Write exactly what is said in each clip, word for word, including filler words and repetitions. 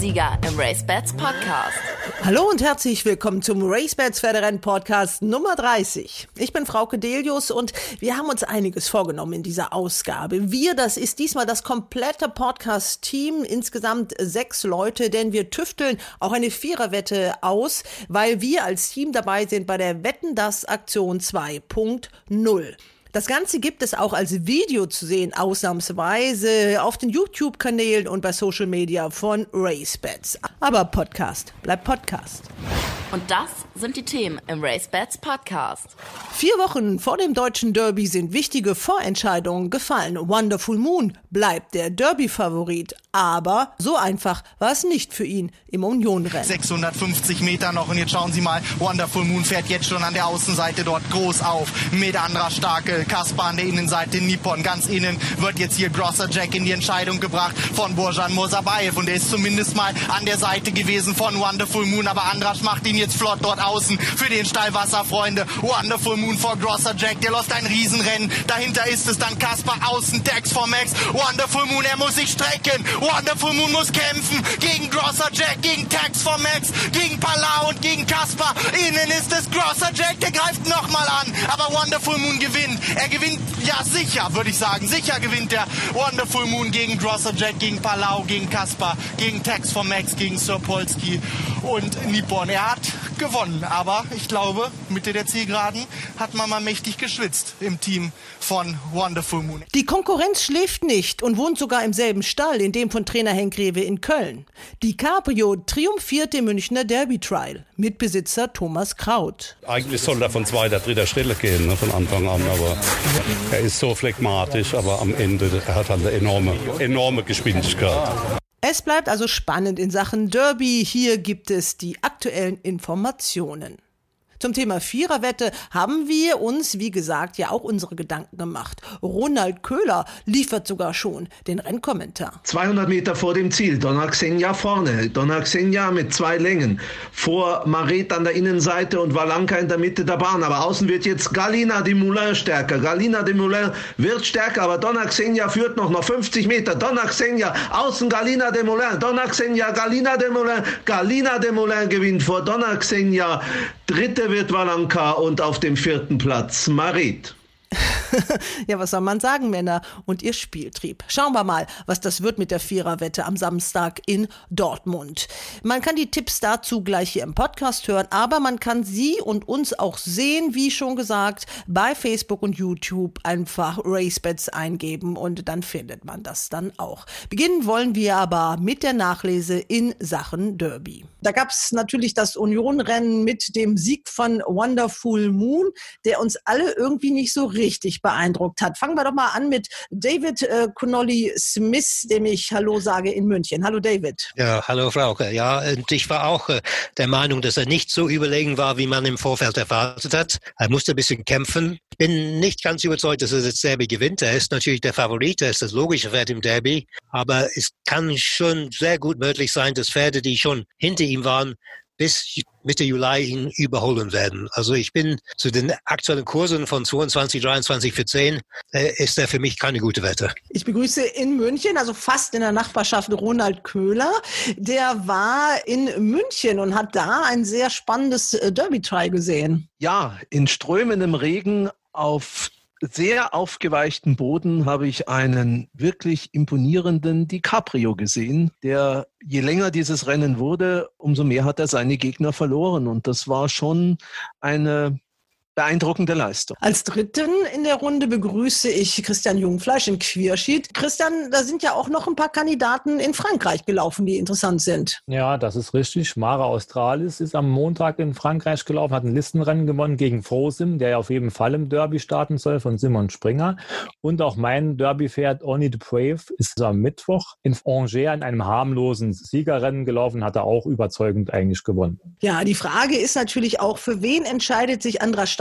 Sieger im RaceBets Podcast. Hallo und herzlich willkommen zum RaceBets Pferderennen Podcast Nummer dreißig. Ich bin Frauke Delius und wir haben uns einiges vorgenommen in dieser Ausgabe. Wir, das ist diesmal das komplette Podcast-Team, insgesamt sechs Leute, denn wir tüfteln auch eine Viererwette aus, weil wir als Team dabei sind bei der Wetten, dass Aktion zwei Punkt null. Das Ganze gibt es auch als Video zu sehen, ausnahmsweise auf den YouTube-Kanälen und bei Social Media von RaceBets. Aber Podcast bleibt Podcast. Und das sind die Themen im RaceBets Podcast. Vier Wochen vor dem Deutschen Derby sind wichtige Vorentscheidungen gefallen. Wonderful Moon bleibt der Derby-Favorit. Aber so einfach war es nicht für ihn im Union-Rennen. sechshundertfünfzig Meter noch und jetzt schauen Sie mal, Wonderful Moon fährt jetzt schon an der Außenseite dort groß auf. Mit Andra Starke, Kaspar an der Innenseite, Nippon ganz innen, wird jetzt hier Grosser Jack in die Entscheidung gebracht von Bojan Mosabayev und der ist zumindest mal an der Seite gewesen von Wonderful Moon, aber Andras macht ihn jetzt flott dort außen für den Stall Wasserfreunde. Wonderful Moon vor Grosser Jack, der läuft ein Riesenrennen, dahinter ist es dann Kaspar außen, Tex for Max, Wonderful Moon, er muss sich strecken, Wonderful Moon muss kämpfen gegen Grosser Jack, gegen Tex for Max, gegen Palau und gegen Kaspar. Innen ist es Grosser Jack, der greift nochmal an, aber Wonderful Moon gewinnt. Er gewinnt, ja sicher, würde ich sagen, sicher gewinnt der Wonderful Moon gegen Grosser Jack, gegen Palau, gegen Kaspar, gegen Tex for Max, gegen Sir Polski und Nippon. Er hat gewonnen, aber ich glaube, Mitte der Zielgeraden hat man mal mächtig geschwitzt im Team von Wonderful Moon. Die Konkurrenz schläft nicht und wohnt sogar im selben Stall, in dem von Trainer Henk Rewe in Köln. Die Caprio triumphiert im Münchner Derby Trial. Mitbesitzer Thomas Kraut. Eigentlich soll er von zweiter, dritter Stelle gehen, ne, von Anfang an, aber er ist so phlegmatisch, aber am Ende er hat halt eine enorme, enorme Geschwindigkeit. Es bleibt also spannend in Sachen Derby. Hier gibt es die aktuellen Informationen. Zum Thema Viererwette haben wir uns, wie gesagt, ja auch unsere Gedanken gemacht. Ronald Köhler liefert sogar schon den Rennkommentar. zweihundert Meter vor dem Ziel, Donna Xenia vorne. Donna Xenia mit zwei Längen. Vor Maret an der Innenseite und Valanka in der Mitte der Bahn. Aber außen wird jetzt Galina de Moulin stärker. Galina de Moulin wird stärker, aber Donna Xenia führt noch, noch fünfzig Meter. Donna Xenia, außen Galina de Moulin. Donna Xenia, Galina de Moulin. Galina de Moulin gewinnt vor Donna Xenia. Dritte wird Valanka und auf dem vierten Platz Maret. Ja, was soll man sagen, Männer und ihr Spieltrieb. Schauen wir mal, was das wird mit der Viererwette am Samstag in Dortmund. Man kann die Tipps dazu gleich hier im Podcast hören, aber man kann sie und uns auch sehen, wie schon gesagt, bei Facebook und YouTube einfach RaceBets eingeben und dann findet man das dann auch. Beginnen wollen wir aber mit der Nachlese in Sachen Derby. Da gab es natürlich das Union-Rennen mit dem Sieg von Wonderful Moon, der uns alle irgendwie nicht so richtig beeindruckt hat. Fangen wir doch mal an mit David äh, Connolly Smith, dem ich Hallo sage in München. Hallo David. Ja, hallo Frauke. Ja, und ich war auch äh, der Meinung, dass er nicht so überlegen war, wie man im Vorfeld erwartet hat. Er musste ein bisschen kämpfen. Bin nicht ganz überzeugt, dass er das Derby gewinnt. Er ist natürlich der Favorit, er ist das logische Pferd im Derby. Aber es kann schon sehr gut möglich sein, dass Pferde, die schon hinter ihm waren, bis Mitte Juli ihn überholen werden. Also ich bin zu den aktuellen Kursen von zweiundzwanzig, dreiundzwanzig für zehn, äh, ist er für mich keine gute Wette. Ich begrüße in München, also fast in der Nachbarschaft, Ronald Köhler. Der war in München und hat da ein sehr spannendes Derby-Trial gesehen. Ja, in strömendem Regen auf sehr aufgeweichten Boden habe ich einen wirklich imponierenden Di Caprio gesehen, der, je länger dieses Rennen wurde, umso mehr hat er seine Gegner verloren. Und das war schon eine beeindruckende Leistung. Als Dritten in der Runde begrüße ich Christian Jungfleisch in Quierschied. Christian, da sind ja auch noch ein paar Kandidaten in Frankreich gelaufen, die interessant sind. Ja, das ist richtig. Mara Australis ist am Montag in Frankreich gelaufen, hat ein Listenrennen gewonnen gegen Frosim, der ja auf jeden Fall im Derby starten soll, von Simon Springer. Und auch mein Derby-Pferd Oni de Brave ist am Mittwoch in Angers in einem harmlosen Siegerrennen gelaufen, hat er auch überzeugend eigentlich gewonnen. Ja, die Frage ist natürlich auch, für wen entscheidet sich Andra Starke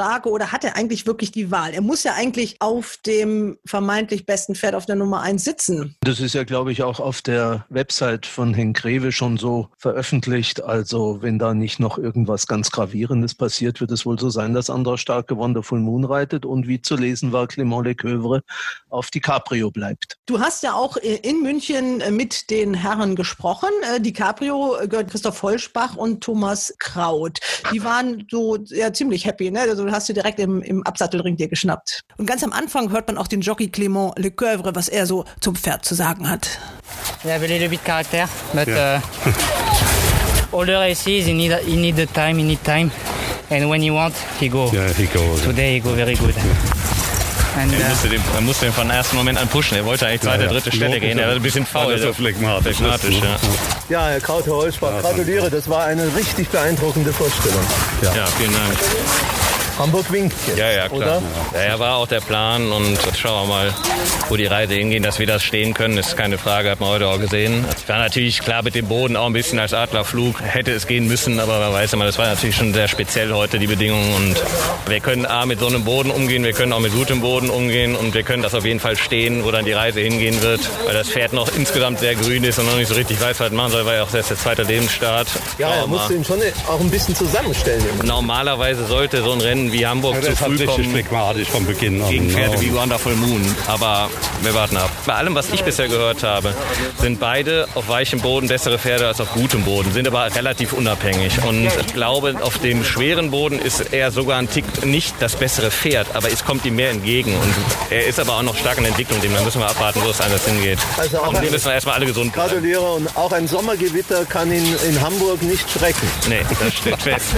Frage, oder hat er eigentlich wirklich die Wahl? Er muss ja eigentlich auf dem vermeintlich besten Pferd auf der Nummer eins sitzen. Das ist ja, glaube ich, auch auf der Website von Henk Greve schon so veröffentlicht. Also wenn da nicht noch irgendwas ganz Gravierendes passiert, wird es wohl so sein, dass Andra Starke Wonderful Moon reitet und wie zu lesen war, Clément Lecoeuvre auf die Caprio bleibt. Du hast ja auch in München mit den Herren gesprochen. Die Caprio gehört Christoph Holschbach und Thomas Kraut. Die waren so ja, ziemlich happy, ne? Also du hast du direkt im, im Absattelring dir geschnappt. Und ganz am Anfang hört man auch den Jockey Clément Lecoeuvre, was er so zum Pferd zu sagen hat. I have a little bit character, but yeah. uh, all the races, he need, he need the time, he need time. And when he want, he go. Yeah, he goes. Today he go very good. And, er, musste den, er musste den von ersten Moment an pushen. Er wollte eigentlich zweite, ja, ja. dritte Stelle gehen. Er war ein bisschen faul. Das war phlegmatisch. phlegmatisch ja. ja, Herr Kraut, Herr Holschbach, ja, gratuliere. Das war eine richtig beeindruckende Vorstellung. Ja, ja vielen Dank. Hamburg winkt jetzt, ja, ja, klar. oder? Ja, ja, war auch der Plan und schauen wir mal, wo die Reise hingeht, dass wir das stehen können, ist keine Frage, hat man heute auch gesehen. Es war natürlich klar mit dem Boden auch ein bisschen als Adlerflug, hätte es gehen müssen, aber man weiß immer, das war natürlich schon sehr speziell heute, die Bedingungen und wir können A, mit so einem Boden umgehen, wir können auch mit gutem Boden umgehen und wir können das auf jeden Fall stehen, wo dann die Reise hingehen wird, weil das Pferd noch insgesamt sehr grün ist und noch nicht so richtig weiß, was machen soll, weil ja auch erst der zweite Lebensstart. Ja, er musste ihn schon auch ein bisschen zusammenstellen. Normalerweise sollte so ein Rennen wie Hamburg ja, zu früh kommen phlegmatisch vom Beginn an. Gegen Pferde wie Wonderful Moon, aber wir warten ab. Bei allem, was ich bisher gehört habe, sind beide auf weichem Boden bessere Pferde als auf gutem Boden, sind aber relativ unabhängig und ich glaube, auf dem schweren Boden ist er sogar ein Tick nicht das bessere Pferd, aber es kommt ihm mehr entgegen und er ist aber auch noch stark in Entwicklung, dem müssen wir abwarten, wo es anders hingeht. Also auch und dem müssen wir erstmal alle gesund bleiben. Gratuliere und auch ein Sommergewitter kann ihn in Hamburg nicht schrecken. Nee, das steht fest.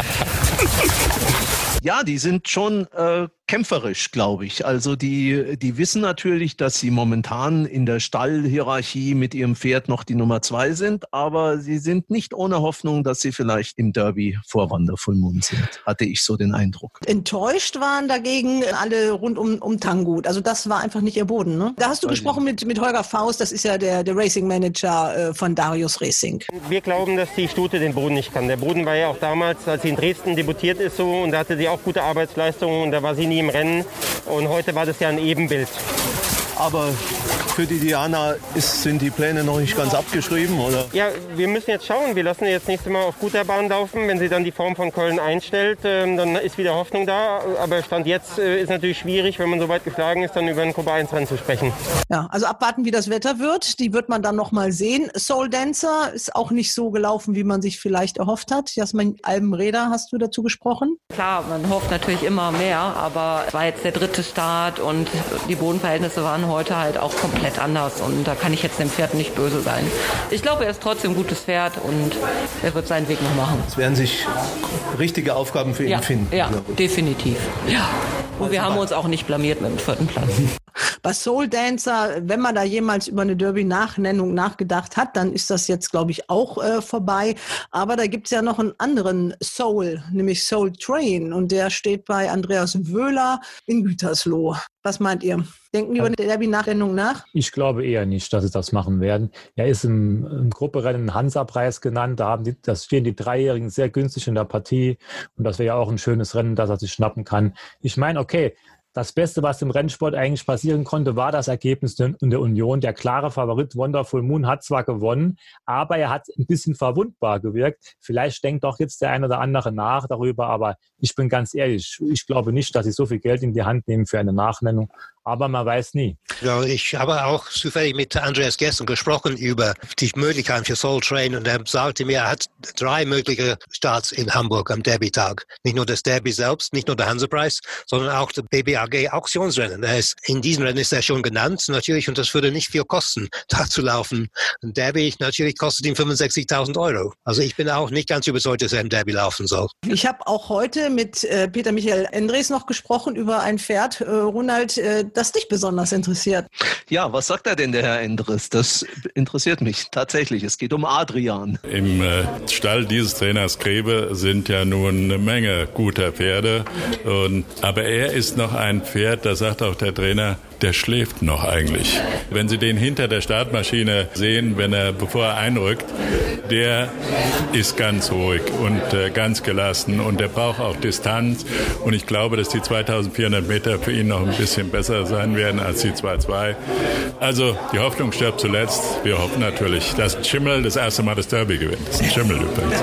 Ja, die sind schon äh, kämpferisch, glaube ich. Also die, die wissen natürlich, dass sie momentan in der Stallhierarchie mit ihrem Pferd noch die Nummer zwei sind, aber sie sind nicht ohne Hoffnung, dass sie vielleicht im Derby vor Wonderful Moon sind, hatte ich so den Eindruck. Enttäuscht waren dagegen alle rund um, um Tangut. Also das war einfach nicht ihr Boden, ne? Da hast du Weiß gesprochen mit, mit Holger Faust, das ist ja der, der Racing Manager äh, von Darius Racing. Wir glauben, dass die Stute den Boden nicht kann. Der Boden war ja auch damals, als sie in Dresden debütiert ist, so und da hatte sie auch gute Arbeitsleistungen und da war sie nie im Rennen und heute war das ja ein Ebenbild. Aber für die Diana ist, sind die Pläne noch nicht ganz abgeschrieben, oder? Ja, wir müssen jetzt schauen. Wir lassen sie jetzt nächstes Mal auf guter Bahn laufen. Wenn sie dann die Form von Köln einstellt, äh, dann ist wieder Hoffnung da. Aber Stand jetzt äh, ist natürlich schwierig, wenn man so weit geschlagen ist, dann über ein Gruppe eins Rennen zu sprechen. Ja, also abwarten, wie das Wetter wird. Die wird man dann noch mal sehen. Soul Dancer ist auch nicht so gelaufen, wie man sich vielleicht erhofft hat. Jasmin Albenreder, hast du dazu gesprochen? Klar, man hofft natürlich immer mehr, aber es war jetzt der dritte Start und die Bodenverhältnisse waren heute halt auch komplett anders und da kann ich jetzt dem Pferd nicht böse sein. Ich glaube, er ist trotzdem ein gutes Pferd und er wird seinen Weg noch machen. Es werden sich richtige Aufgaben für ihn ja, finden. Ja, definitiv. Ja. Und wir haben uns auch nicht blamiert mit dem vierten Platz. Bei Soul Dancer, wenn man da jemals über eine Derby-Nachnennung nachgedacht hat, dann ist das jetzt, glaube ich, auch äh, vorbei. Aber da gibt es ja noch einen anderen Soul, nämlich Soul Train. Und der steht bei Andreas Wöhler in Gütersloh. Was meint ihr? Denken die über eine Derby-Nachnennung nach? Ich glaube eher nicht, dass sie das machen werden. Er ist im, im Grupperennen Hansa-Preis genannt. Da haben die, das stehen die Dreijährigen sehr günstig in der Partie. Und das wäre ja auch ein schönes Rennen, das er sich schnappen kann. Ich meine, okay, das Beste, was im Rennsport eigentlich passieren konnte, war das Ergebnis in der Union. Der klare Favorit Wonderful Moon hat zwar gewonnen, aber er hat ein bisschen verwundbar gewirkt. Vielleicht denkt doch jetzt der eine oder andere nach darüber, aber ich bin ganz ehrlich, ich glaube nicht, dass sie so viel Geld in die Hand nehmen für eine Nachnennung. Aber man weiß nie. Ja, ich habe auch zufällig mit Andreas gestern gesprochen über die Möglichkeiten für Soul Train und er sagte mir, er hat drei mögliche Starts in Hamburg am Derby-Tag. Nicht nur das Derby selbst, nicht nur der Hansa-Preis, sondern auch der B B A G-Auktionsrennen. Er ist, in diesem Rennen ist er schon genannt, natürlich, und das würde nicht viel kosten, da zu laufen. Ein Derby natürlich kostet ihm fünfundsechzigtausend Euro. Also ich bin auch nicht ganz überzeugt, dass er im Derby laufen soll. Ich habe auch heute mit äh, Peter Michael Endres noch gesprochen über ein Pferd, äh, Ronald, äh, das dich besonders interessiert. Ja, was sagt er denn, der Herr Endres? Das interessiert mich tatsächlich. Es geht um Adrian. Im äh, Stall dieses Trainers Greve sind ja nun eine Menge guter Pferde. Und, aber er ist noch ein Pferd, da sagt auch der Trainer, der schläft noch eigentlich. Wenn Sie den hinter der Startmaschine sehen, wenn er, bevor er einrückt, der ist ganz ruhig und äh, ganz gelassen und der braucht auch Distanz. Und ich glaube, dass die zweitausendvierhundert Meter für ihn noch ein bisschen besser sein werden als die zwei Komma zwei. Also die Hoffnung stirbt zuletzt. Wir hoffen natürlich, dass Schimmel das erste Mal das Derby gewinnt. Das ist ein Schimmel übrigens.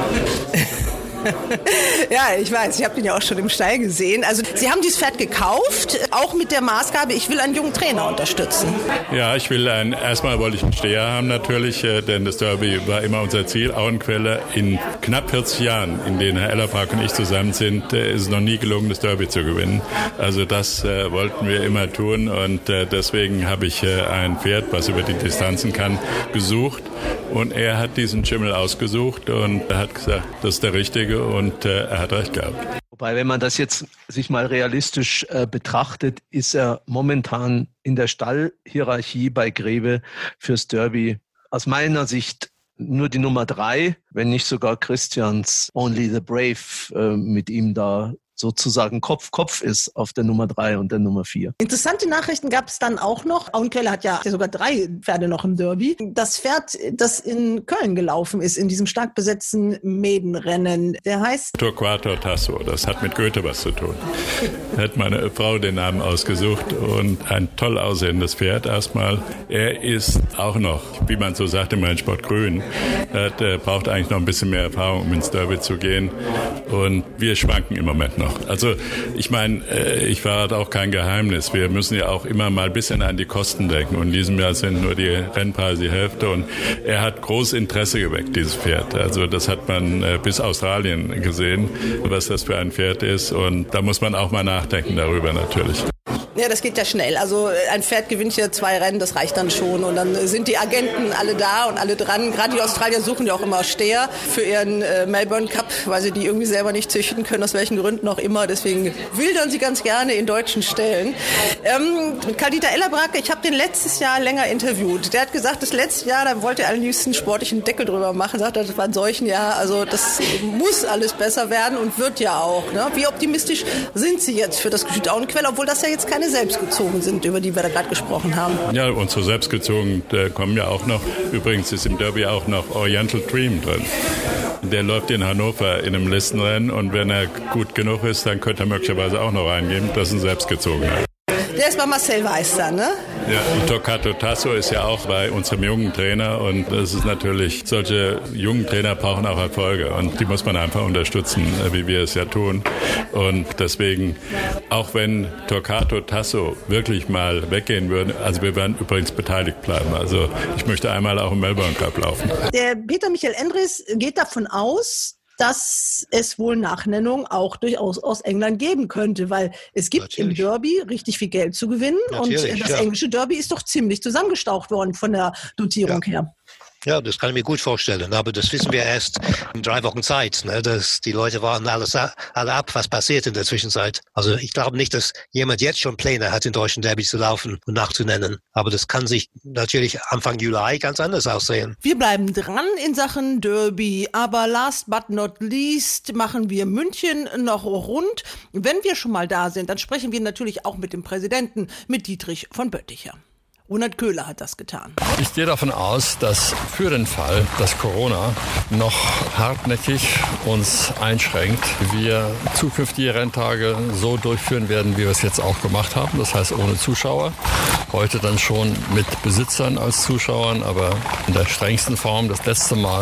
Ja, ich weiß, ich habe ihn ja auch schon im Stall gesehen. Also Sie haben dieses Pferd gekauft, auch mit der Maßgabe, ich will einen jungen Trainer unterstützen. Ja, ich will einen, erstmal wollte ich einen Steher haben natürlich, denn das Derby war immer unser Ziel. Auenquelle, in knapp vierzig Jahren, in denen Herr Ellerpark und ich zusammen sind, ist es noch nie gelungen, das Derby zu gewinnen. Also das äh, wollten wir immer tun und äh, deswegen habe ich äh, ein Pferd, was über die Distanzen kann, gesucht. Und er hat diesen Schimmel ausgesucht und er hat gesagt, das ist der Richtige und äh, er hat recht gehabt. Wobei, wenn man das jetzt sich mal realistisch äh, betrachtet, ist er momentan in der Stallhierarchie bei Greve fürs Derby aus meiner Sicht nur die Nummer drei, wenn nicht sogar Christians Only the Brave äh, mit ihm da sozusagen Kopf-Kopf ist auf der Nummer drei und der Nummer vier. Interessante Nachrichten gab es dann auch noch. Auenquelle hat ja sogar drei Pferde noch im Derby. Das Pferd, das in Köln gelaufen ist, in diesem stark besetzten Mädenrennen, der heißt Torquato Tasso. Das hat mit Goethe was zu tun. Da hat meine Frau den Namen ausgesucht und ein toll aussehendes Pferd erstmal. Er ist auch noch, wie man so sagt im Rennsport, grün. Er äh, braucht eigentlich noch ein bisschen mehr Erfahrung, um ins Derby zu gehen. Und wir schwanken im Moment noch. Also ich meine, ich verrate auch kein Geheimnis. Wir müssen ja auch immer mal ein bisschen an die Kosten denken. Und in diesem Jahr sind nur die Rennpreise die Hälfte. Und er hat großes Interesse geweckt, dieses Pferd. Also das hat man bis Australien gesehen, was das für ein Pferd ist. Und da muss man auch mal nachdenken darüber natürlich. Ja, das geht ja schnell. Also ein Pferd gewinnt hier zwei Rennen, das reicht dann schon. Und dann sind die Agenten alle da und alle dran. Gerade die Australier suchen ja auch immer Steher für ihren äh, Melbourne Cup, weil sie die irgendwie selber nicht züchten können, aus welchen Gründen auch immer. Deswegen wildern sie ganz gerne in deutschen Ställen. Ähm, Karl-Dieter Ellerbracke, ich habe den letztes Jahr länger interviewt. Der hat gesagt, das letzte Jahr, da wollte er am liebsten sportlichen Deckel drüber machen. Sagt er, das war ein solchen Jahr. Also das muss alles besser werden und wird ja auch. Ne? Wie optimistisch sind Sie jetzt für das Gestüt Auenquelle, obwohl das ja jetzt keine selbstgezogen sind, über die wir da gerade gesprochen haben? Ja, und so selbstgezogen da kommen ja auch noch, übrigens ist im Derby auch noch Oriental Dream drin. Der läuft in Hannover in einem Listenrennen und wenn er gut genug ist, dann könnte er möglicherweise auch noch reingehen. Das ist ein selbstgezogener. Der ist bei Marcel Weiß da, ne? Ja, und Torquato Tasso ist ja auch bei unserem jungen Trainer und das ist natürlich, solche jungen Trainer brauchen auch Erfolge und die muss man einfach unterstützen, wie wir es ja tun. Und deswegen, auch wenn Torquato Tasso wirklich mal weggehen würde, also wir werden übrigens beteiligt bleiben. Also ich möchte einmal auch im Melbourne Cup laufen. Der Peter Michael Endres geht davon aus, dass es wohl Nachnennung auch durchaus aus England geben könnte, weil es gibt Natürlich. im Derby richtig viel Geld zu gewinnen Natürlich, und das ja. englische Derby ist doch ziemlich zusammengestaucht worden von der Dotierung ja. her. Ja, das kann ich mir gut vorstellen, aber das wissen wir erst in drei Wochen Zeit. Ne? Das, die Leute warten alles alle ab, was passiert in der Zwischenzeit. Also ich glaube nicht, dass jemand jetzt schon Pläne hat, in deutschen Derby zu laufen und nachzunennen. Aber das kann sich natürlich Anfang Juli ganz anders aussehen. Wir bleiben dran in Sachen Derby, aber last but not least machen wir München noch rund. Wenn wir schon mal da sind, dann sprechen wir natürlich auch mit dem Präsidenten, mit Dietrich von Bötticher. Ronald Köhler hat das getan. Ich gehe davon aus, dass für den Fall, dass Corona noch hartnäckig uns einschränkt, wir zukünftige Renntage so durchführen werden, wie wir es jetzt auch gemacht haben. Das heißt ohne Zuschauer. Heute dann schon mit Besitzern als Zuschauern, aber in der strengsten Form das letzte Mal,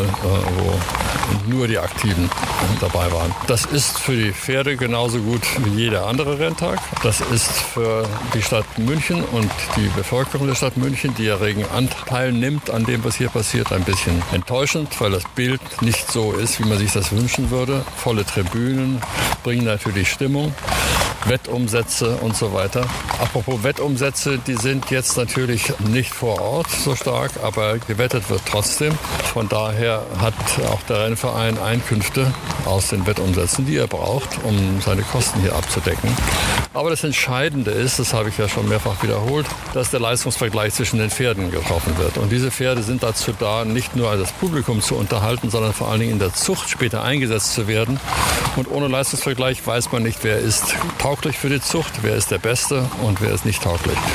wo nur die Aktiven dabei waren. Das ist für die Pferde genauso gut wie jeder andere Renntag. Das ist für die Stadt München und die Bevölkerung der Stadt München, die ja regen Anteil nimmt an dem, was hier passiert, ein bisschen enttäuschend, weil das Bild nicht so ist, wie man sich das wünschen würde. Volle Tribünen bringen natürlich Stimmung, Wettumsätze und so weiter. Apropos Wettumsätze, die sind jetzt natürlich nicht vor Ort so stark, aber gewettet wird trotzdem. Von daher hat auch der Rennverein Einkünfte aus den Wettumsätzen, die er braucht, um seine Kosten hier abzudecken. Aber das Entscheidende ist, das habe ich ja schon mehrfach wiederholt, dass der Leistungsvergleich zwischen den Pferden getroffen wird. Und diese Pferde sind dazu da, nicht nur das Publikum zu unterhalten, sondern vor allen Dingen in der Zucht später eingesetzt zu werden. Und ohne Leistungsvergleich weiß man nicht, wer ist tauglich für die Zucht, wer ist der Beste und wer ist nicht tauglich.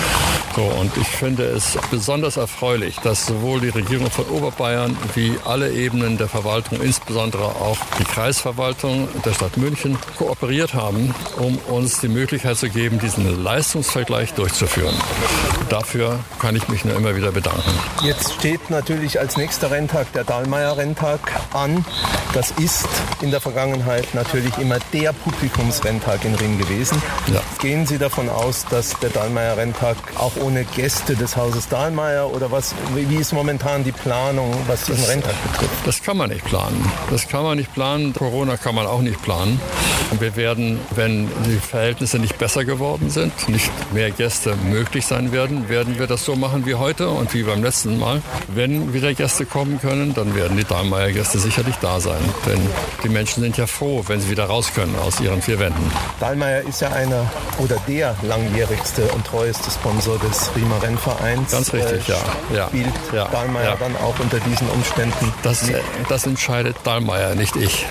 So, und ich finde es besonders erfreulich, dass sowohl die Regierung von Oberbayern wie alle Ebenen der Verwaltung, insbesondere auch die Kreisverwaltung der Stadt München, kooperiert haben, um uns die Möglichkeit zu geben, diesen Leistungsvergleich durchzuführen. Dafür kann ich mich nur immer wieder bedanken. Jetzt steht natürlich als nächster Renntag der Dallmayr-Renntag an. Das ist in der Vergangenheit natürlich immer der Publikumsrenntag in Ring gewesen. Ja. Gehen Sie davon aus, dass der Dallmayr-Renntag auch ohne Gäste des Hauses Dallmayr oder was, wie ist momentan die Planung, was diesen das, Renntag betrifft? Das kann man nicht planen. Das kann man nicht planen. Corona kann man auch nicht planen. Wir werden, wenn die Verhältnisse nicht besser geworden sind, nicht mehr Gäste möglich sein werden, werden wir das so machen wie heute und wie beim letzten Mal. Wenn wieder Gäste kommen können, dann werden die Dallmayr-Gäste sicherlich da sein. Denn die Menschen sind ja froh, wenn sie wieder raus können aus ihren vier Wänden. Dallmayr ist ja einer oder der langjährigste und treueste Sponsor des Riemer Rennvereins. Ganz richtig, äh, ja. ja. Spielt ja. Dallmayr ja. dann auch unter diesen Umständen? Das, das entscheidet Dallmayr, nicht ich.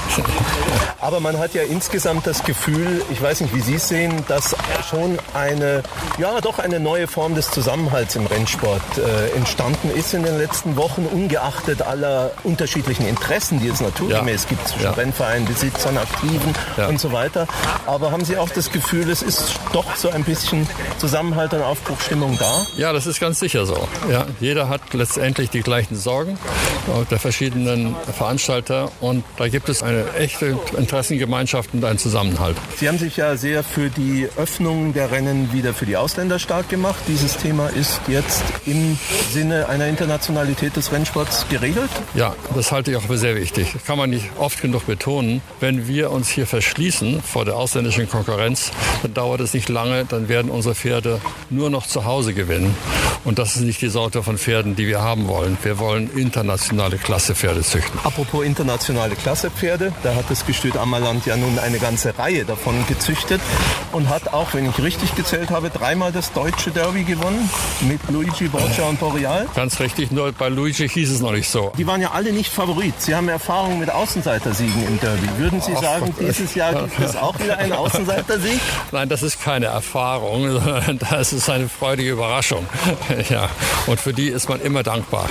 Aber man hat ja insgesamt das Gefühl, ich weiß nicht, wie Sie es sehen, dass schon eine, ja doch eine neue Form des Zusammenhalts im Rennsport äh, entstanden ist in den letzten Wochen, ungeachtet aller unterschiedlichen Interessen, die es naturgemäß ja. gibt zwischen ja. Rennvereinen, Besitzern, Aktiven ja. und so weiter. Aber haben Sie auch das Gefühl, es ist doch so ein bisschen Zusammenhalt und Aufbruchsstimmung da? Ja, das ist ganz sicher so. Ja, jeder hat letztendlich die gleichen Sorgen der verschiedenen Veranstalter und da gibt es eine echte Interessengemeinschaft und einen Zusammenhalt. Sie haben sich ja sehr für die Öffnung der Rennen wieder für die Ausländer stark gemacht. Dieses Thema ist jetzt im Sinne einer Internationalität des Rennsports geregelt? Ja, das halte ich auch für sehr wichtig. Das kann man nicht oft genug betonen. Wenn wir uns hier verschließen vor der ausländischen Konkurrenz, dann dauert es nicht lange, dann werden unsere Pferde nur noch zu Hause gewinnen. Und das ist nicht die Sorte von Pferden, die wir haben wollen. Wir wollen internationale Klassepferde züchten. Apropos internationale Klassepferde, da hat das Gestüt Ammerland ja nun eine ganze Reihe davon gezüchtet und hat auch, wenn ich richtig gezählt habe, dreimal das deutsche Derby gewonnen mit Luigi Boccia und Boreal. Ganz richtig, nur bei Luigi hieß es noch nicht so. Die waren ja alle nicht Favorit. Sie haben Erfahrung mit Außenseitersiegen im Derby. Würden Sie sagen, dieses Jahr gibt es auch wieder einen Außenseitersieg? Nein, das ist keine Erfahrung, sondern das ist eine freudige Überraschung. Ja, und für die ist man immer dankbar.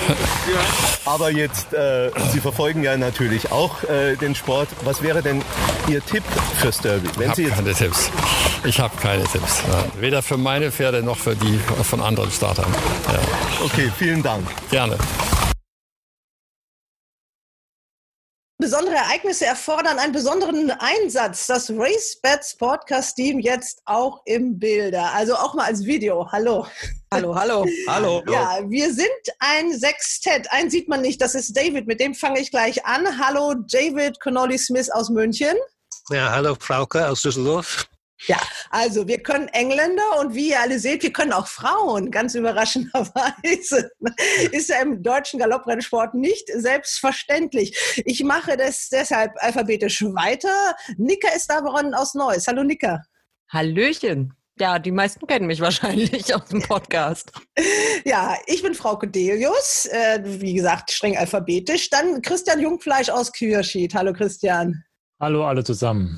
Aber jetzt, äh, Sie verfolgen ja natürlich auch äh, den Sport. Was wäre denn Ihr Tipp fürs Derby? Wenn ich habe keine Tipps. Ich habe keine Tipps. Ja. Weder für meine Pferde noch für die von anderen Startern. Ja. Okay, vielen Dank. Gerne. Besondere Ereignisse erfordern einen besonderen Einsatz. Das RaceBets Podcast-Team jetzt auch im Bilde. Also auch mal als Video. Hallo. Hallo, hallo. Hallo. Ja, wir sind ein Sextett. Einen sieht man nicht, das ist David. Mit dem fange ich gleich an. Hallo, David Connolly-Smith aus München. Ja, hallo, Frauke aus Düsseldorf. Ja, also wir können Engländer und wie ihr alle seht, wir können auch Frauen, ganz überraschenderweise. Ist ja im deutschen Galopprennsport nicht selbstverständlich. Ich mache das deshalb alphabetisch weiter. Nika ist da aus Neuss. Hallo Nika. Hallöchen. Ja, die meisten kennen mich wahrscheinlich aus dem Podcast. Ja, ich bin Frau Codelius, äh, wie gesagt, streng alphabetisch. Dann Christian Jungfleisch aus Kürschied. Hallo Christian. Hallo alle zusammen.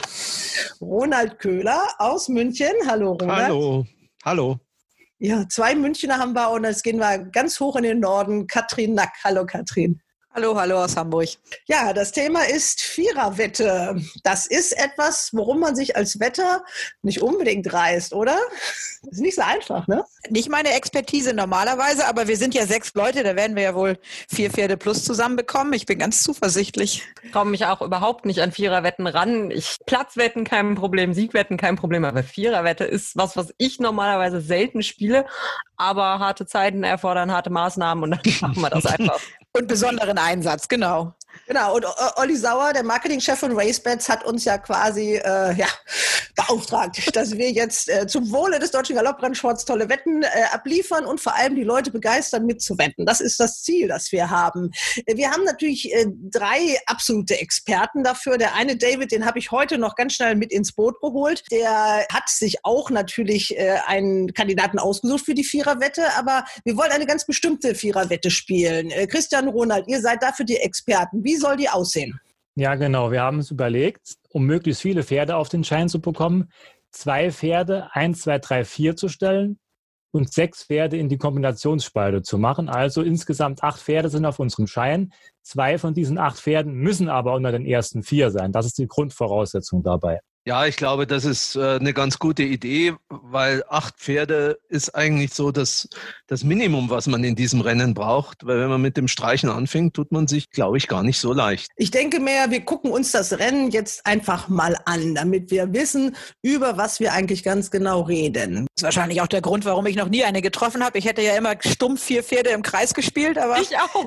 Ronald Köhler aus München. Hallo Ronald. Hallo. Hallo. Ja, zwei Münchner haben wir und jetzt gehen wir ganz hoch in den Norden. Katrin Nack. Hallo Katrin. Hallo, hallo aus Hamburg. Ja, das Thema ist Viererwette. Das ist etwas, worum man sich als Wetter nicht unbedingt reißt, oder? Das ist nicht so einfach, ne? Nicht meine Expertise normalerweise, aber wir sind ja sechs Leute, da werden wir ja wohl vier Pferde plus zusammenbekommen. Ich bin ganz zuversichtlich. Ich komme mich auch überhaupt nicht an Viererwetten ran. Ich Platzwetten kein Problem, Siegwetten kein Problem, aber Viererwette ist was, was ich normalerweise selten spiele. Aber harte Zeiten erfordern harte Maßnahmen und dann machen wir das einfach. Und besonderen Einsatz, genau. Genau, und Olli Sauer, der Marketingchef von RaceBets, hat uns ja quasi äh, ja, beauftragt, dass wir jetzt äh, zum Wohle des deutschen Galopprennsports tolle Wetten äh, abliefern und vor allem die Leute begeistern, mitzuwetten. Das ist das Ziel, das wir haben. Wir haben natürlich äh, drei absolute Experten dafür. Der eine, David, den habe ich heute noch ganz schnell mit ins Boot geholt. Der hat sich auch natürlich äh, einen Kandidaten ausgesucht für die Viererwette, aber wir wollen eine ganz bestimmte Viererwette spielen. Äh, Christian, Ronald, ihr seid dafür die Experten. Wie soll die aussehen? Ja, genau. Wir haben uns überlegt, um möglichst viele Pferde auf den Schein zu bekommen, zwei Pferde, eins, zwei, drei, vier zu stellen, und sechs Pferde in die Kombinationsspalte zu machen. Also insgesamt acht Pferde sind auf unserem Schein. Zwei von diesen acht Pferden müssen aber unter den ersten vier sein. Das ist die Grundvoraussetzung dabei. Ja, ich glaube, das ist äh, eine ganz gute Idee, weil acht Pferde ist eigentlich so das, das Minimum, was man in diesem Rennen braucht. Weil wenn man mit dem Streichen anfängt, tut man sich, glaube ich, gar nicht so leicht. Ich denke mehr, wir gucken uns das Rennen jetzt einfach mal an, damit wir wissen, über was wir eigentlich ganz genau reden. Das ist wahrscheinlich auch der Grund, warum ich noch nie eine getroffen habe. Ich hätte ja immer stumpf vier Pferde im Kreis gespielt, aber... Ich auch.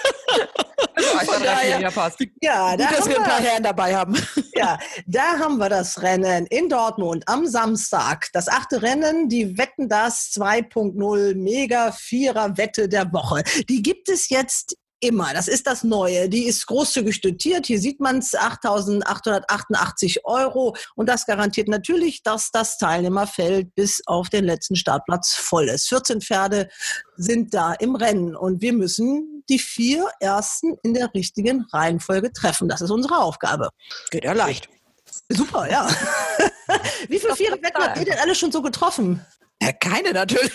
Von daher, ja, passt. Ja, da Gut, dass wir ein paar wir- Herren dabei haben. Ja, da haben wir das Rennen in Dortmund am Samstag. Das achte Rennen, die Wetten das zwei Punkt null Mega-Vierer-Wette der Woche. Die gibt es jetzt immer. Das ist das Neue. Die ist großzügig dotiert. Hier sieht man es, achttausendachthundertachtundachtzig Euro. Und das garantiert natürlich, dass das Teilnehmerfeld bis auf den letzten Startplatz voll ist. vierzehn Pferde sind da im Rennen. Und wir müssen die vier Ersten in der richtigen Reihenfolge treffen. Das ist unsere Aufgabe. Geht ja leicht. Super, ja. Wie viele Viere Wetten habt ihr denn alle schon so getroffen? Ja, keine natürlich.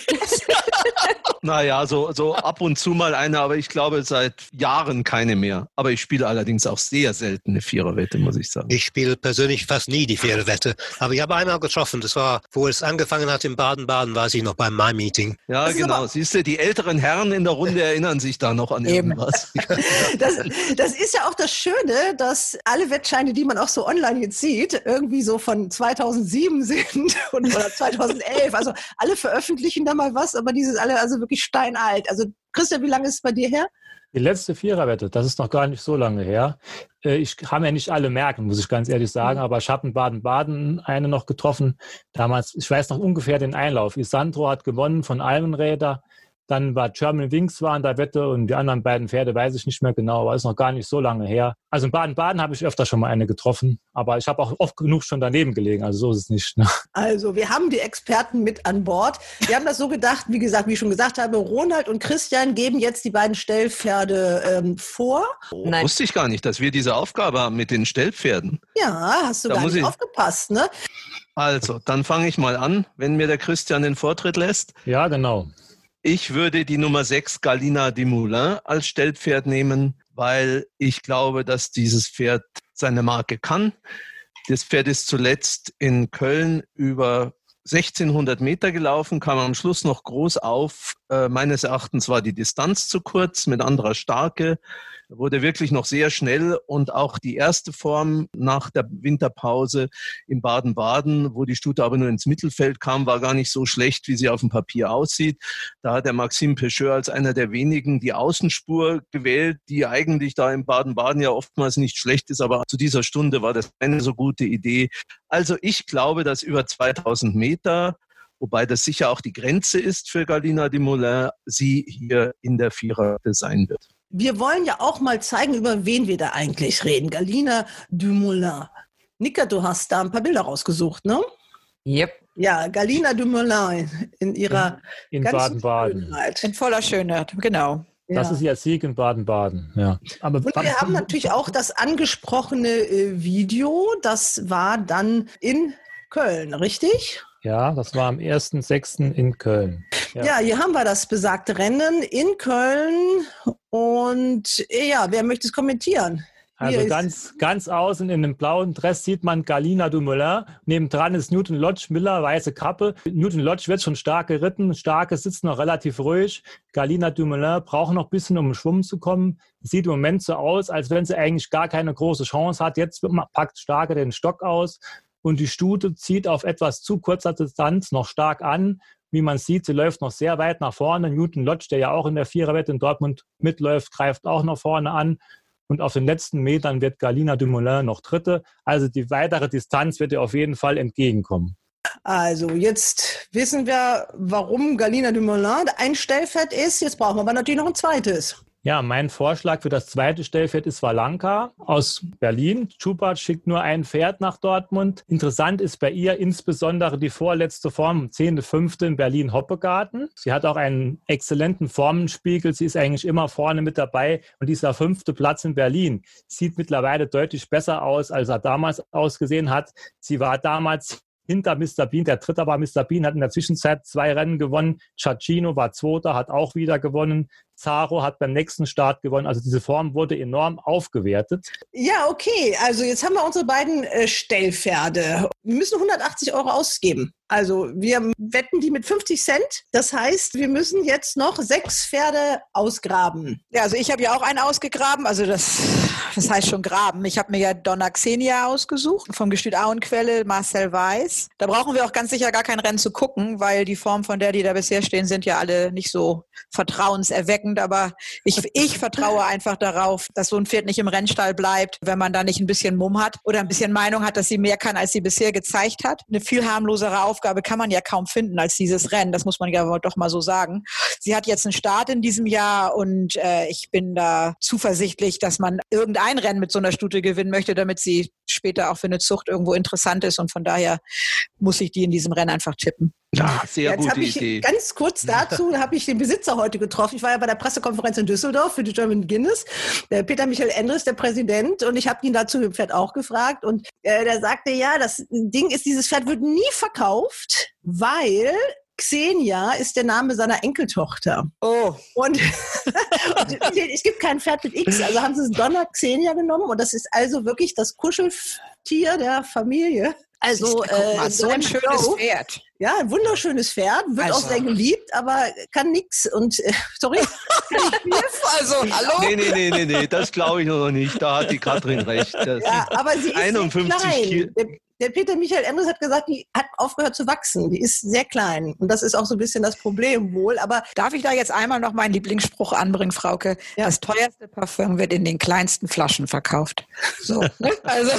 Naja, so, so ab und zu mal eine, aber ich glaube seit Jahren keine mehr. Aber ich spiele allerdings auch sehr selten eine Viererwette, muss ich sagen. Ich spiele persönlich fast nie die Viererwette. Aber ich habe einmal getroffen. Das war, wo es angefangen hat in Baden-Baden, war ich noch beim My-Meeting. Ja, genau. Siehst du, die älteren Herren in der Runde erinnern sich da noch an irgendwas. Das, das ist ja auch das Schöne, dass alle Wettscheine, die man auch so online jetzt sieht, irgendwie so von zweitausendsieben sind und, oder zweitausendelf. Also alle veröffentlichen da mal was, aber die sind alle also wirklich steinalt. Also Christian, wie lange ist es bei dir her? Die letzte Viererwette, das ist noch gar nicht so lange her. Äh, Ich kann ja nicht alle merken, muss ich ganz ehrlich sagen, aber ich habe in Baden-Baden eine noch getroffen. Damals, ich weiß noch ungefähr den Einlauf. Isandro hat gewonnen von Almenräder. Dann war German Wings war in der Wette und die anderen beiden Pferde weiß ich nicht mehr genau, aber ist noch gar nicht so lange her. Also in Baden-Baden habe ich öfter schon mal eine getroffen, aber ich habe auch oft genug schon daneben gelegen, also so ist es nicht. Ne? Also wir haben die Experten mit an Bord. Wir haben das so gedacht, wie gesagt, wie ich schon gesagt habe, Ronald und Christian geben jetzt die beiden Stellpferde ähm, vor. Nein. Wusste ich gar nicht, dass wir diese Aufgabe haben mit den Stellpferden. Ja, hast du Da gar muss nicht ich- aufgepasst, ne? Also, dann fange ich mal an, wenn mir der Christian den Vortritt lässt. Ja, genau. Ich würde die Nummer sechs Galina de Moulin als Stellpferd nehmen, weil ich glaube, dass dieses Pferd seine Marke kann. Das Pferd ist zuletzt in Köln über sechzehnhundert Meter gelaufen, kam am Schluss noch groß auf. Äh, meines Erachtens war die Distanz zu kurz, mit anderer Starke. Wurde wirklich noch sehr schnell und auch die erste Form nach der Winterpause in Baden-Baden, wo die Stute aber nur ins Mittelfeld kam, war gar nicht so schlecht, wie sie auf dem Papier aussieht. Da hat der Maxime Pecheur als einer der wenigen die Außenspur gewählt, die eigentlich da in Baden-Baden ja oftmals nicht schlecht ist, aber zu dieser Stunde war das eine so gute Idee. Also ich glaube, dass über zweitausend Meter, wobei das sicher auch die Grenze ist für Galina de Moulin, sie hier in der Viererwette sein wird. Wir wollen ja auch mal zeigen, über wen wir da eigentlich reden. Galina du Moulin. Nika, du hast da ein paar Bilder rausgesucht, ne? Yep. Ja, Galina du Moulin in ihrer In ganzen Baden-Baden. Schönheit. In voller Schönheit, genau. Das Ja. ist ihr Sieg in Baden-Baden, ja. Aber Und wir haben natürlich auch das angesprochene äh, Video. Das war dann in Köln, richtig? Ja, das war am ersten sechsten in Köln. Ja. hier haben wir das besagte Rennen in Köln. Und äh, ja, wer möchte es kommentieren? Also Hier ist- ganz, ganz außen in dem blauen Dress sieht man Galina du Moulin. Nebendran ist Newton Lodge Miller, weiße Kappe. Newton Lodge wird schon stark geritten. Starke sitzt noch relativ ruhig. Galina du Moulin braucht noch ein bisschen, um in Schwung zu kommen. Sieht im Moment so aus, als wenn sie eigentlich gar keine große Chance hat. Jetzt packt Starke den Stock aus. Und die Stute zieht auf etwas zu kurzer Distanz noch stark an. Wie man sieht, sie läuft noch sehr weit nach vorne. Newton Lodge, der ja auch in der Viererwette in Dortmund mitläuft, greift auch nach vorne an. Und auf den letzten Metern wird Galina du Moulin noch Dritte. Also die weitere Distanz wird ihr auf jeden Fall entgegenkommen. Also jetzt wissen wir, warum Galina du Moulin ein Stellpferd ist. Jetzt brauchen wir aber natürlich noch ein zweites. Ja, mein Vorschlag für das zweite Stellpferd ist Valanka aus Berlin. Schubert schickt nur ein Pferd nach Dortmund. Interessant ist bei ihr insbesondere die vorletzte Form, zehnte fünfte in Berlin-Hoppegarten. Sie hat auch einen exzellenten Formenspiegel. Sie ist eigentlich immer vorne mit dabei. Und dieser fünfte Platz in Berlin sieht mittlerweile deutlich besser aus, als er damals ausgesehen hat. Sie war damals hinter Mister Bean. Der Dritte war Mister Bean, hat in der Zwischenzeit zwei Rennen gewonnen. Ciacchino war Zweiter, hat auch wieder gewonnen. Zaro hat beim nächsten Start gewonnen. Also diese Form wurde enorm aufgewertet. Ja, okay. Also jetzt haben wir unsere beiden äh, Stellpferde. Wir müssen hundertachtzig Euro ausgeben. Also wir wetten die mit fünfzig Cent. Das heißt, wir müssen jetzt noch sechs Pferde ausgraben. Ja, also ich habe ja auch einen ausgegraben. Also das, das heißt schon graben. Ich habe mir ja Donna Xenia ausgesucht vom Gestüt Auenquelle, Marcel Weiß. Da brauchen wir auch ganz sicher gar kein Rennen zu gucken, weil die Form von der, die da bisher stehen, sind ja alle nicht so vertrauenserweckend. Aber ich, ich vertraue einfach darauf, dass so ein Pferd nicht im Rennstall bleibt, wenn man da nicht ein bisschen Mumm hat oder ein bisschen Meinung hat, dass sie mehr kann, als sie bisher gezeigt hat. Eine viel harmlosere Aufgabe kann man ja kaum finden als dieses Rennen. Das muss man ja doch mal so sagen. Sie hat jetzt einen Start in diesem Jahr und äh, ich bin da zuversichtlich, dass man irgendein Rennen mit so einer Stute gewinnen möchte, damit sie später auch für eine Zucht irgendwo interessant ist. Und von daher muss ich die in diesem Rennen einfach tippen. Ja, sehr Jetzt gute ich, Idee. Ganz kurz dazu habe ich den Besitzer heute getroffen. Ich war ja bei der Pressekonferenz in Düsseldorf für die German Guinness. Der Peter Michael Endres, der Präsident, und ich habe ihn dazu dem Pferd auch gefragt. Und äh, der sagte, ja, das Ding ist, dieses Pferd wird nie verkauft, weil Xenia ist der Name seiner Enkeltochter. Oh. Und, und es gibt kein Pferd mit X, also haben sie Donna Xenia genommen und das ist also wirklich das Kuscheltier der Familie. Also Guck mal, äh, so ein schönes Show. Pferd. Ja, ein wunderschönes Pferd, wird Also. auch sehr geliebt, aber kann nix und äh, sorry, kann nicht viel. Also, hallo? Nee, nee, nee, nee, nee, das glaube ich noch nicht. Da hat die Katrin recht. Das Ja, aber sie ist einundfünfzig sehr klein. Kilo. Der, der Peter Michael Endres hat gesagt, die hat aufgehört zu wachsen. Die ist sehr klein. Und das ist auch so ein bisschen das Problem wohl. Aber darf ich da jetzt einmal noch meinen Lieblingsspruch anbringen, Frauke? Ja. Das teuerste Parfüm wird in den kleinsten Flaschen verkauft. So, ne? Also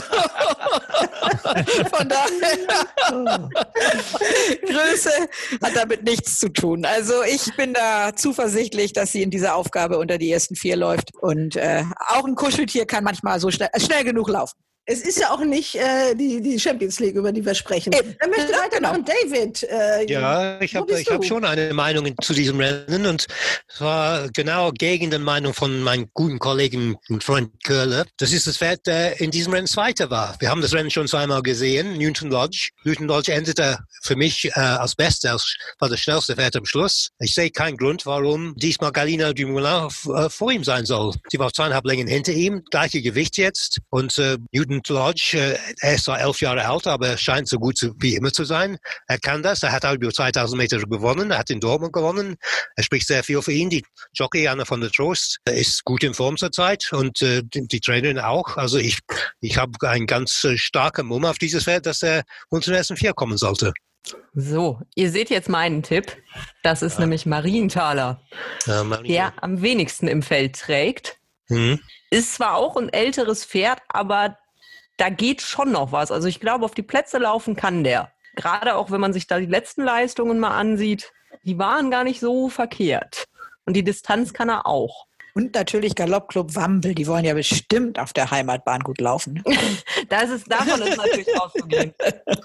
von daher Größe hat damit nichts zu tun. Also ich bin da zuversichtlich, dass sie in dieser Aufgabe unter die ersten vier läuft. Und äh, auch ein Kuscheltier kann manchmal so schnell, schnell genug laufen. Es ist ja auch nicht äh, die, die Champions League, über die wir sprechen. Eben. Dann möchte Ja, weiter genau. noch David. Äh, Ja, ich wo habe bist ich hab du? schon eine Meinung zu diesem Rennen und zwar genau gegen die Meinung von meinem guten Kollegen und Freund Köhler. Das ist das Pferd, der in diesem Rennen Zweiter war. Wir haben das Rennen schon zweimal gesehen, Newton Lodge. Newton Lodge endete für mich äh, als Beste, als war das schnellste Pferd am Schluss. Ich sehe keinen Grund, warum diesmal Galina Dumoulin äh, vor ihm sein soll. Sie war zweieinhalb Längen hinter ihm, gleiche Gewicht jetzt und äh, Newton Lodge, äh, er ist zwar elf Jahre alt, aber er scheint so gut zu, wie immer zu sein. Er kann das. Er hat auch über zweitausend Meter gewonnen. Er hat in Dortmund gewonnen. Er spricht sehr viel für ihn. Die Jockey, Anna von der Trost, ist gut in Form zurzeit und äh, die, die Trainerin auch. Also ich, ich habe einen ganz äh, starken Mumm auf dieses Pferd, dass er unter den ersten vier kommen sollte. So, ihr seht jetzt meinen Tipp. Das ist ja. nämlich Marienthaler, ja, Marienthaler, der am wenigsten im Feld trägt. Mhm. Ist zwar auch ein älteres Pferd, aber da geht schon noch was. Also ich glaube, auf die Plätze laufen kann der. Gerade auch, wenn man sich da die letzten Leistungen mal ansieht, die waren gar nicht so verkehrt. Und die Distanz kann er auch. Und natürlich Galoppclub Wambel, die wollen ja bestimmt auf der Heimatbahn gut laufen. das ist, davon ist natürlich auszugehen.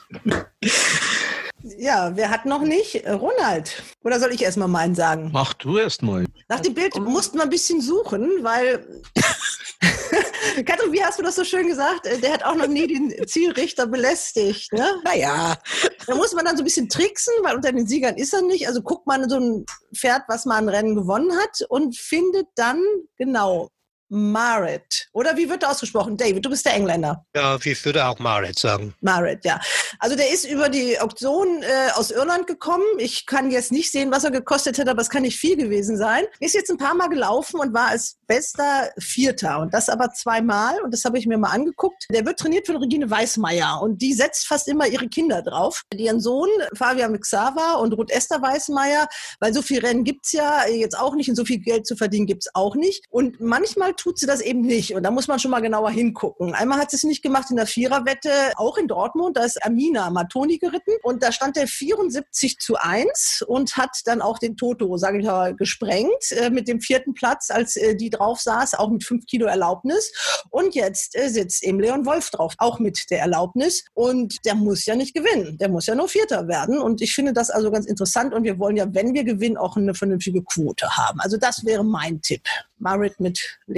Ja, wer hat noch nicht? Ronald. Oder soll ich erst mal meinen sagen? Mach du erst mal. Nach dem Bild mussten wir ein bisschen suchen, weil Katrin, wie hast du das so schön gesagt? Der hat auch noch nie den Zielrichter belästigt. Ne? Naja. Da muss man dann so ein bisschen tricksen, weil unter den Siegern ist er nicht. Also guckt man in so ein Pferd, was mal ein Rennen gewonnen hat und findet dann, genau, Marit. Oder wie wird er ausgesprochen? David, du bist der Engländer. Ja, ich würde auch Marit sagen. Marit, ja. Also der ist über die Auktion äh, aus Irland gekommen. Ich kann jetzt nicht sehen, was er gekostet hat, aber es kann nicht viel gewesen sein. Ist jetzt ein paar Mal gelaufen und war als bester Vierter. Und das aber zweimal. Und das habe ich mir mal angeguckt. Der wird trainiert von Regine Weißmeier. Und die setzt fast immer ihre Kinder drauf. Ihren Sohn, Fabian Xaver und Ruth Esther Weißmeier. Weil so viel Rennen gibt's ja jetzt auch nicht und so viel Geld zu verdienen gibt's auch nicht. Und manchmal tut sie das eben nicht. Und da muss man schon mal genauer hingucken. Einmal hat sie es nicht gemacht in der Viererwette, auch in Dortmund. Da ist Amina Matoni geritten. Und da stand der vierundsiebzig zu eins und hat dann auch den Toto, sage ich mal, gesprengt äh, mit dem vierten Platz, als äh, die drauf saß, auch mit fünf Kilo Erlaubnis. Und jetzt äh, sitzt eben Leon Wolf drauf, auch mit der Erlaubnis. Und der muss ja nicht gewinnen. Der muss ja nur Vierter werden. Und ich finde das also ganz interessant. Und wir wollen ja, wenn wir gewinnen, auch eine vernünftige Quote haben. Also das wäre mein Tipp. Marit mit Leon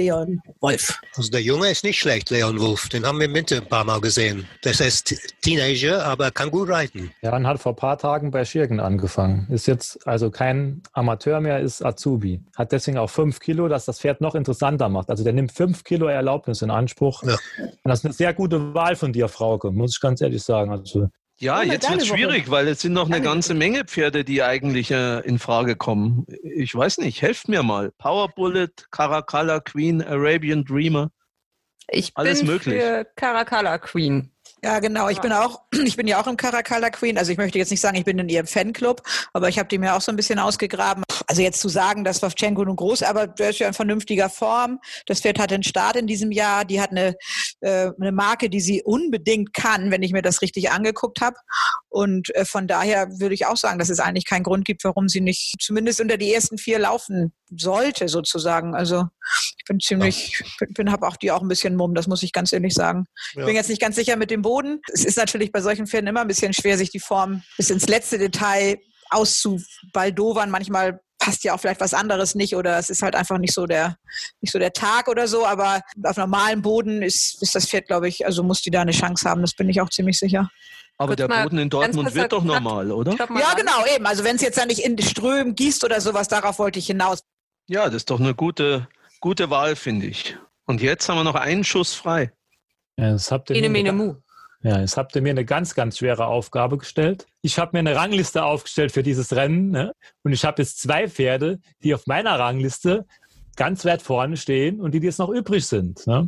Leon Wolf. Also der Junge ist nicht schlecht, Leon Wolf. Den haben wir im Winter ein paar Mal gesehen. Das ist Teenager, aber kann gut reiten. Ja, und hat vor ein paar Tagen bei Schirgen angefangen. Ist jetzt also kein Amateur mehr, ist Azubi. Hat deswegen auch fünf Kilo, dass das Pferd noch interessanter macht. Also der nimmt fünf Kilo Erlaubnis in Anspruch. Ja. Und das ist eine sehr gute Wahl von dir, Frauke, muss ich ganz ehrlich sagen. Also Ja, jetzt wird es schwierig, weil es sind noch eine ganze Menge Pferde, die eigentlich äh, in Frage kommen. Ich weiß nicht, helft mir mal. Power Bullet, Caracalla Queen, Arabian Dreamer. Ich Alles bin möglich. für Caracalla Queen. Ja, genau. Ich bin auch, ich bin ja auch im Caracalla Queen. Also ich möchte jetzt nicht sagen, ich bin in ihrem Fanclub, aber ich habe die mir auch so ein bisschen ausgegraben. Also jetzt zu sagen, dass Wawtschenko nun groß, aber der ist ja in vernünftiger Form. Das Pferd hat einen Start in diesem Jahr. Die hat eine, äh, eine Marke, die sie unbedingt kann, wenn ich mir das richtig angeguckt habe. Und äh, von daher würde ich auch sagen, dass es eigentlich keinen Grund gibt, warum sie nicht zumindest unter die ersten vier laufen sollte, sozusagen. Also ich bin ziemlich, ja. bin, bin habe auch die auch ein bisschen Mumm, das muss ich ganz ehrlich sagen. Ja. Ich bin jetzt nicht ganz sicher mit dem Boden. Es ist natürlich bei solchen Pferden immer ein bisschen schwer, sich die Form bis ins letzte Detail auszubaldowern. Manchmal passt ja auch vielleicht was anderes nicht oder es ist halt einfach nicht so der, nicht so der Tag oder so, aber auf normalem Boden ist, ist das Pferd, glaube ich, also muss die da eine Chance haben, das bin ich auch ziemlich sicher. Aber der Boden in Dortmund wird doch normal, oder? Ja, genau, eben. Also wenn es jetzt da nicht in Strömen gießt oder sowas, darauf wollte ich hinaus. Ja, das ist doch eine gute, gute Wahl, finde ich. Und jetzt haben wir noch einen Schuss frei. Ja, das habt ihr mir eine, ja, jetzt habt ihr mir eine ganz, ganz schwere Aufgabe gestellt. Ich habe mir eine Rangliste aufgestellt für dieses Rennen, ne? Und ich habe jetzt zwei Pferde, die auf meiner Rangliste ganz weit vorne stehen und die, die jetzt noch übrig sind. Ne?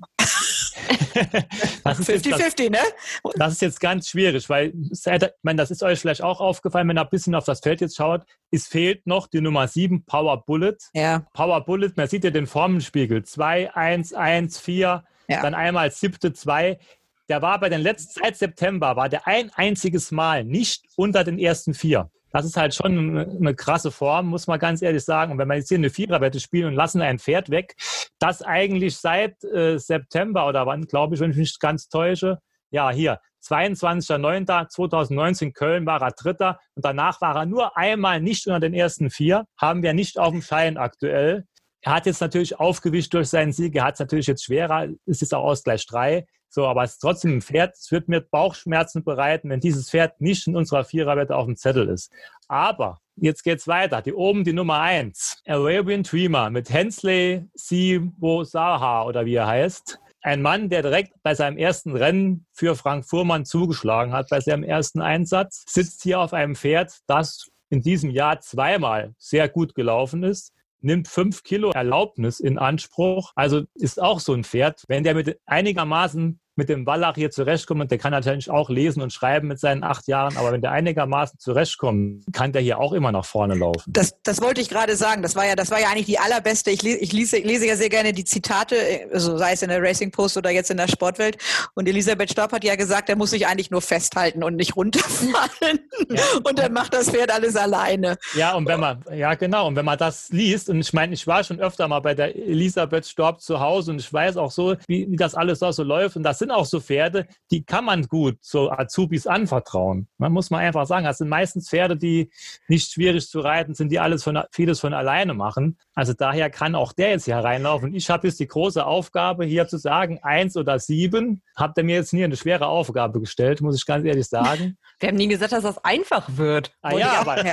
fünfzig fünfzig, ne? Das ist jetzt ganz schwierig, weil, ich meine, das ist euch vielleicht auch aufgefallen, wenn ihr ein bisschen auf das Feld jetzt schaut, es fehlt noch die Nummer sieben, Power Bullet. Ja. Power Bullet, man sieht ja den Formenspiegel, zwei, eins, eins, vier, ja. Dann einmal siebte, zwei. Der war bei den letzten, seit September, war der ein einziges Mal nicht unter den ersten vier. Das ist halt schon eine, eine krasse Form, muss man ganz ehrlich sagen. Und wenn wir jetzt hier eine Viererwette spielen und lassen ein Pferd weg, das eigentlich seit äh, September oder wann, glaube ich, wenn ich mich nicht ganz täusche, ja, hier, zweiundzwanzigster neunter zweitausendneunzehn Köln war er Dritter und danach war er nur einmal nicht unter den ersten vier, haben wir nicht auf dem Schein aktuell. Er hat jetzt natürlich aufgewischt durch seinen Sieg, er hat es natürlich jetzt schwerer, es ist auch Ausgleich drei. So, aber es ist trotzdem ein Pferd, es wird mir Bauchschmerzen bereiten, wenn dieses Pferd nicht in unserer Viererwette auf dem Zettel ist. Aber jetzt geht's weiter. Die oben die Nummer eins, Arabian Dreamer mit Hensley Sibo Saha oder wie er heißt. Ein Mann, der direkt bei seinem ersten Rennen für Frank Fuhrmann zugeschlagen hat, bei seinem ersten Einsatz, sitzt hier auf einem Pferd, das in diesem Jahr zweimal sehr gut gelaufen ist. Nimmt fünf Kilo Erlaubnis in Anspruch. Also ist auch so ein Pferd. Wenn der mit einigermaßen mit dem Wallach hier zurechtkommt, und der kann natürlich auch lesen und schreiben mit seinen acht Jahren, aber wenn der einigermaßen zurechtkommt, kann der hier auch immer nach vorne laufen. Das, das wollte ich gerade sagen. Das war ja, das war ja eigentlich die allerbeste. Ich, lese, ich lese, lese ja sehr gerne die Zitate, also sei es in der Racing Post oder jetzt in der Sportwelt. Und Elisabeth Staub hat ja gesagt, er muss sich eigentlich nur festhalten und nicht runterfallen. Ja. Und dann macht das Pferd alles alleine. Ja, und wenn man, ja genau, und wenn man das liest, und ich meine, ich war schon öfter mal bei der Elisabeth Staub zu Hause und ich weiß auch so, wie, wie das alles da so läuft. Und das sind auch so Pferde, die kann man gut so Azubis anvertrauen. Man muss mal einfach sagen, das sind meistens Pferde, die nicht schwierig zu reiten sind, die alles von, vieles von alleine machen. Also daher kann auch der jetzt hier reinlaufen. Ich habe jetzt die große Aufgabe, hier zu sagen, eins oder sieben. Habt ihr mir jetzt hier eine schwere Aufgabe gestellt, muss ich ganz ehrlich sagen. Wir haben nie gesagt, dass das einfach wird. Ah ja, aber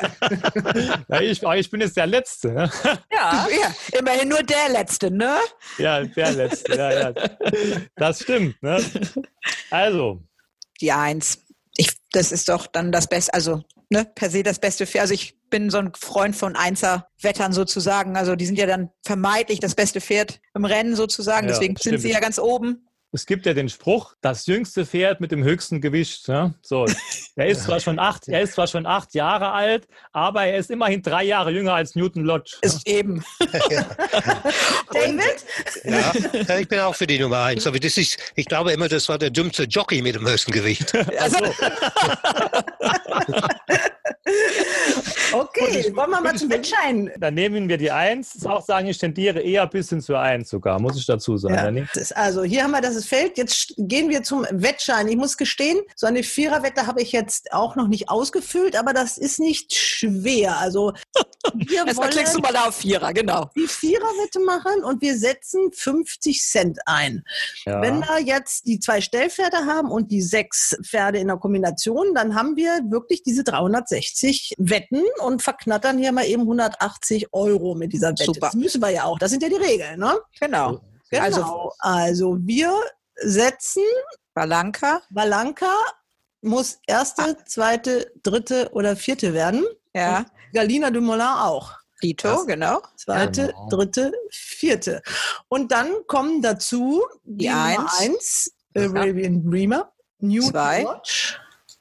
ja, ich, ich bin jetzt der Letzte. Ne? Ja, ja, immerhin nur der Letzte, ne? Ja, der Letzte, ja, ja. Das stimmt, ne? Also. Die Eins. Ich, das ist doch dann das Beste, also ne, per se das Beste Pferd. Also ich bin so ein Freund von Einser-Wettern sozusagen. Also die sind ja dann vermeintlich das beste Pferd im Rennen sozusagen. Ja, deswegen sind sie ja ganz oben. Es gibt ja den Spruch, das jüngste Pferd mit dem höchsten Gewicht. Ja? So, er ist zwar schon acht, er ist zwar schon acht Jahre alt, aber er ist immerhin drei Jahre jünger als Newton Lodge. Ist ja. Eben. Ja. David? Ja, ich bin auch für die Nummer eins. Aber das ist, ich glaube immer, das war der dümmste Jockey mit dem höchsten Gewicht. Also. Okay, wollen wir mal zum Wettschein. Dann nehmen wir die eins. Ich muss auch sagen, ich tendiere eher ein bisschen zur eins sogar, muss ich dazu sagen. Ja, das, also hier haben wir das Feld. Jetzt gehen wir zum Wettschein. Ich muss gestehen, so eine Viererwette habe ich jetzt auch noch nicht ausgefüllt, aber das ist nicht schwer. Also wir Erstmal klickst du mal da auf Vierer, genau. Die Viererwette machen und wir setzen fünfzig Cent ein. Ja. Wenn wir jetzt die zwei Stellpferde haben und die sechs Pferde in der Kombination, dann haben wir wirklich diese dreihundertsechzig Wetten und verknattern hier mal eben hundertachtzig Euro mit dieser Wette. Super. Das müssen wir ja auch. Das sind ja die Regeln, ne? Genau. Genau. Also, Also wir setzen Balanka. Balanka muss erste, zweite, dritte oder vierte werden. Ja. Und Galina de Moulin auch. Dito, Erste, genau. Zweite, Genau. dritte, vierte. Und dann kommen dazu die, Die Nummer Eins. eins, Arabian Dreamer, New Zwei. Watch,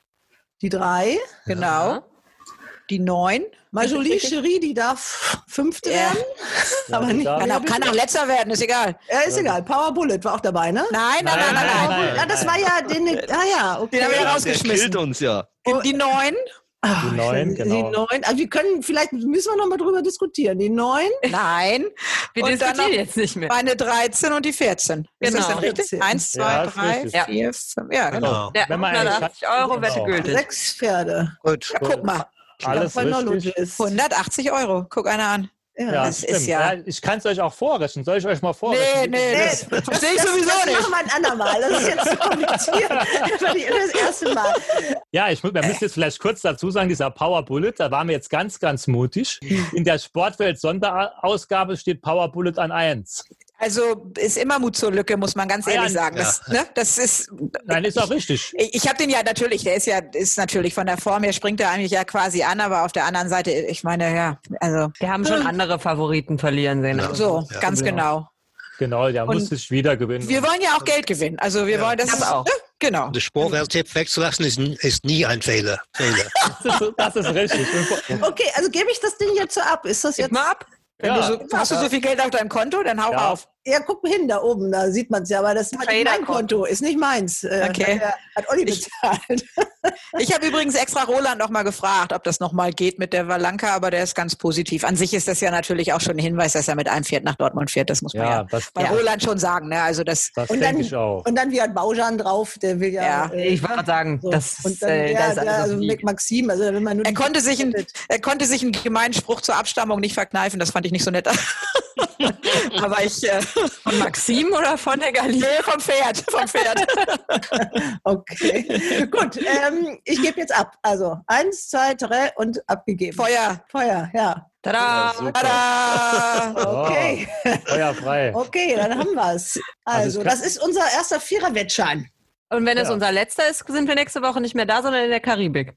die drei, Genau. Die neun. Marjolie Cherie, die darf fünfte Ja. werden. Ja, aber die nicht darf- Kann auch, kann auch letzter werden, ist egal. Ja, ist egal. Power Bullet war auch dabei, ne? Nein, nein, nein, nein, Nein, nein. nein, Ja, das war ja den. Ah ja, okay. Den haben wir Der rausgeschmissen. killt uns ja. Die neun. Ah, Die neun, die genau. neun. Also wir können, vielleicht müssen wir noch mal drüber diskutieren. Die neun. Nein. Wir Und dann diskutieren noch jetzt nicht mehr. meine dreizehn und die vierzehn. Ist das Genau. denn richtig? vierzehn. Eins, zwei, Ja, ist drei, richtig. vier, fünf. Ja, genau. Ja, Wenn man hundertachtzig Euro Wette Genau. gültig. Sechs Pferde. Gut. Ja, guck mal. Alles Voll richtig. ist. hundertachtzig Euro. Guck einer an. Ja, Ja, das stimmt. ist ja- ja. Ich kann es euch auch vorrechnen. Soll ich euch mal Nee, vorrechnen? nee, das verstehe ich sowieso das nicht. machen wir ein andermal. Das ist jetzt zu kompliziert. Das war die- das erste Mal. Ja, ich muss, wir müssen jetzt vielleicht kurz dazu sagen, dieser Power Bullet, da waren wir jetzt ganz, ganz mutig. In der Sportwelt-Sonderausgabe steht Power Bullet an eins. Also ist immer Mut zur Lücke, muss man ganz Ah, ja, ehrlich sagen. Das, ne, das ist. Nein, ist auch richtig. Ich, ich habe den ja natürlich, der ist ja, ist natürlich von der Form her, springt er eigentlich ja quasi an, aber auf der anderen Seite, ich meine, ja, also. Wir haben schon andere Favoriten verlieren sehen. So, ganz genau. Genau, der Und muss sich wieder gewinnen. Wir wollen ja auch Geld gewinnen. Also wir wollen das, das ist, auch. ne, genau. Den Sportwelttipp wegzulassen ist, ist nie ein Fehler. Fehler. Das ist, das ist richtig. Okay, also gebe ich das Ding jetzt so ab. Ist das Gib jetzt. mal ab. Wenn Ja. du so, hast du so viel Geld auf deinem Konto, dann hau Ja. auf. Ja, guck mal hin, da oben, da sieht man es ja, aber das ist nicht mein Trader-Konto. Konto, ist nicht meins. Äh, Okay. Hat, hat Olli bezahlt. Ich habe übrigens extra Roland noch mal gefragt, ob das noch mal geht mit der Valanka, aber der ist ganz positiv. An sich ist das ja natürlich auch schon ein Hinweis, dass er mit einem Pferd nach Dortmund fährt. Das muss man ja, Ja, das, bei ja, Roland schon sagen. Ne? Also das, das Und denke dann, ich auch. und dann wie hat Baujan drauf, der will ja. Ja, äh, Ich wollte sagen, so. das, und dann, äh, ja, das ist ja, alles also auf mit Sieg. Maxim, also wenn man nur er die- konnte sich ein, er konnte sich einen gemeinen Spruch zur Abstammung nicht verkneifen. Das fand ich nicht so nett. Aber ich äh, Von Maxim oder von der Galina? nee, vom Pferd, vom Pferd. Okay, gut. Ähm, ich gebe jetzt ab. Also eins, zwei, drei und abgegeben. Feuer. Feuer, ja. Tada! Tada! Okay. Oh, Feuer frei. Okay, dann haben wir es. Also, Also es kann- das ist unser erster Vierer-Wettschein. Und wenn es Ja. unser letzter ist, sind wir nächste Woche nicht mehr da, sondern in der Karibik.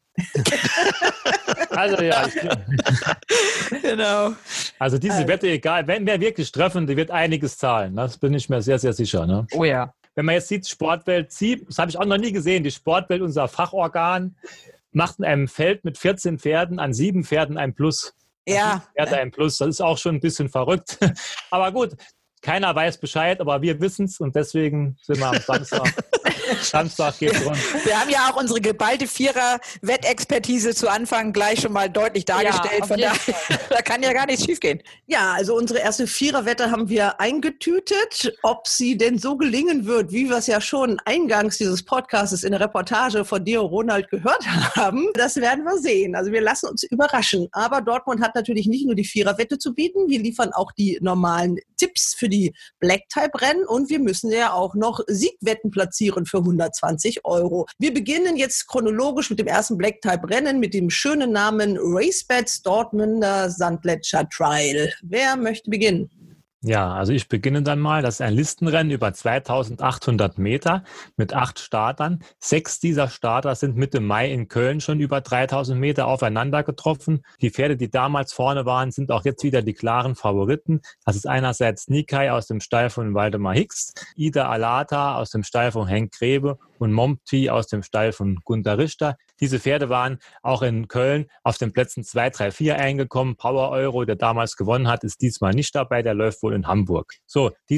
Also ja, ich, Genau. also diese Wette, egal, wenn wir wirklich treffen, die wird einiges zahlen. Das bin ich mir sehr, sehr sicher. Ne? Oh ja. Wenn man jetzt sieht, Sportwelt zieht, das habe ich auch noch nie gesehen, die Sportwelt, unser Fachorgan, macht in einem Feld mit vierzehn Pferden an sieben Pferden ein Plus. Ja. Pferde ein Plus, das ist auch schon ein bisschen verrückt. Aber gut, keiner weiß Bescheid, aber wir wissen es und deswegen sind wir am Samstag. Samstag geht's rund. Wir haben ja auch unsere geballte Vierer-Wettexpertise zu Anfang gleich schon mal deutlich dargestellt. auf Von jeden daher, da kann ja gar nichts schiefgehen. Ja, also unsere erste Viererwette haben wir eingetütet. Ob sie denn so gelingen wird, wie wir es ja schon eingangs dieses Podcasts in der Reportage von dir, Ronald, gehört haben, das werden wir sehen. Also wir lassen uns überraschen. Aber Dortmund hat natürlich nicht nur die Viererwette zu bieten. Wir liefern auch die normalen Tipps für die Black-Type-Rennen und wir müssen ja auch noch Siegwetten platzieren für hundertzwanzig Euro. Wir beginnen jetzt chronologisch mit dem ersten Black-Type-Rennen mit dem schönen Namen RaceBets Dortmunder Sandgletscher Trial. Wer möchte beginnen? Ja, also ich beginne dann mal. Das ist ein Listenrennen über zweitausendachthundert Meter mit acht Startern. Sechs dieser Starter sind Mitte Mai in Köln schon über dreitausend Meter aufeinander getroffen. Die Pferde, die damals vorne waren, sind auch jetzt wieder die klaren Favoriten. Das ist einerseits Nikai aus dem Stall von Waldemar Hicks, Ida Alata aus dem Stall von Henk Grebe und Momti aus dem Stall von Gunter Richter. Diese Pferde waren auch in Köln auf den Plätzen zwei, drei, vier eingekommen. Power Euro, der damals gewonnen hat, ist diesmal nicht dabei. Der läuft wohl in Hamburg. So, diese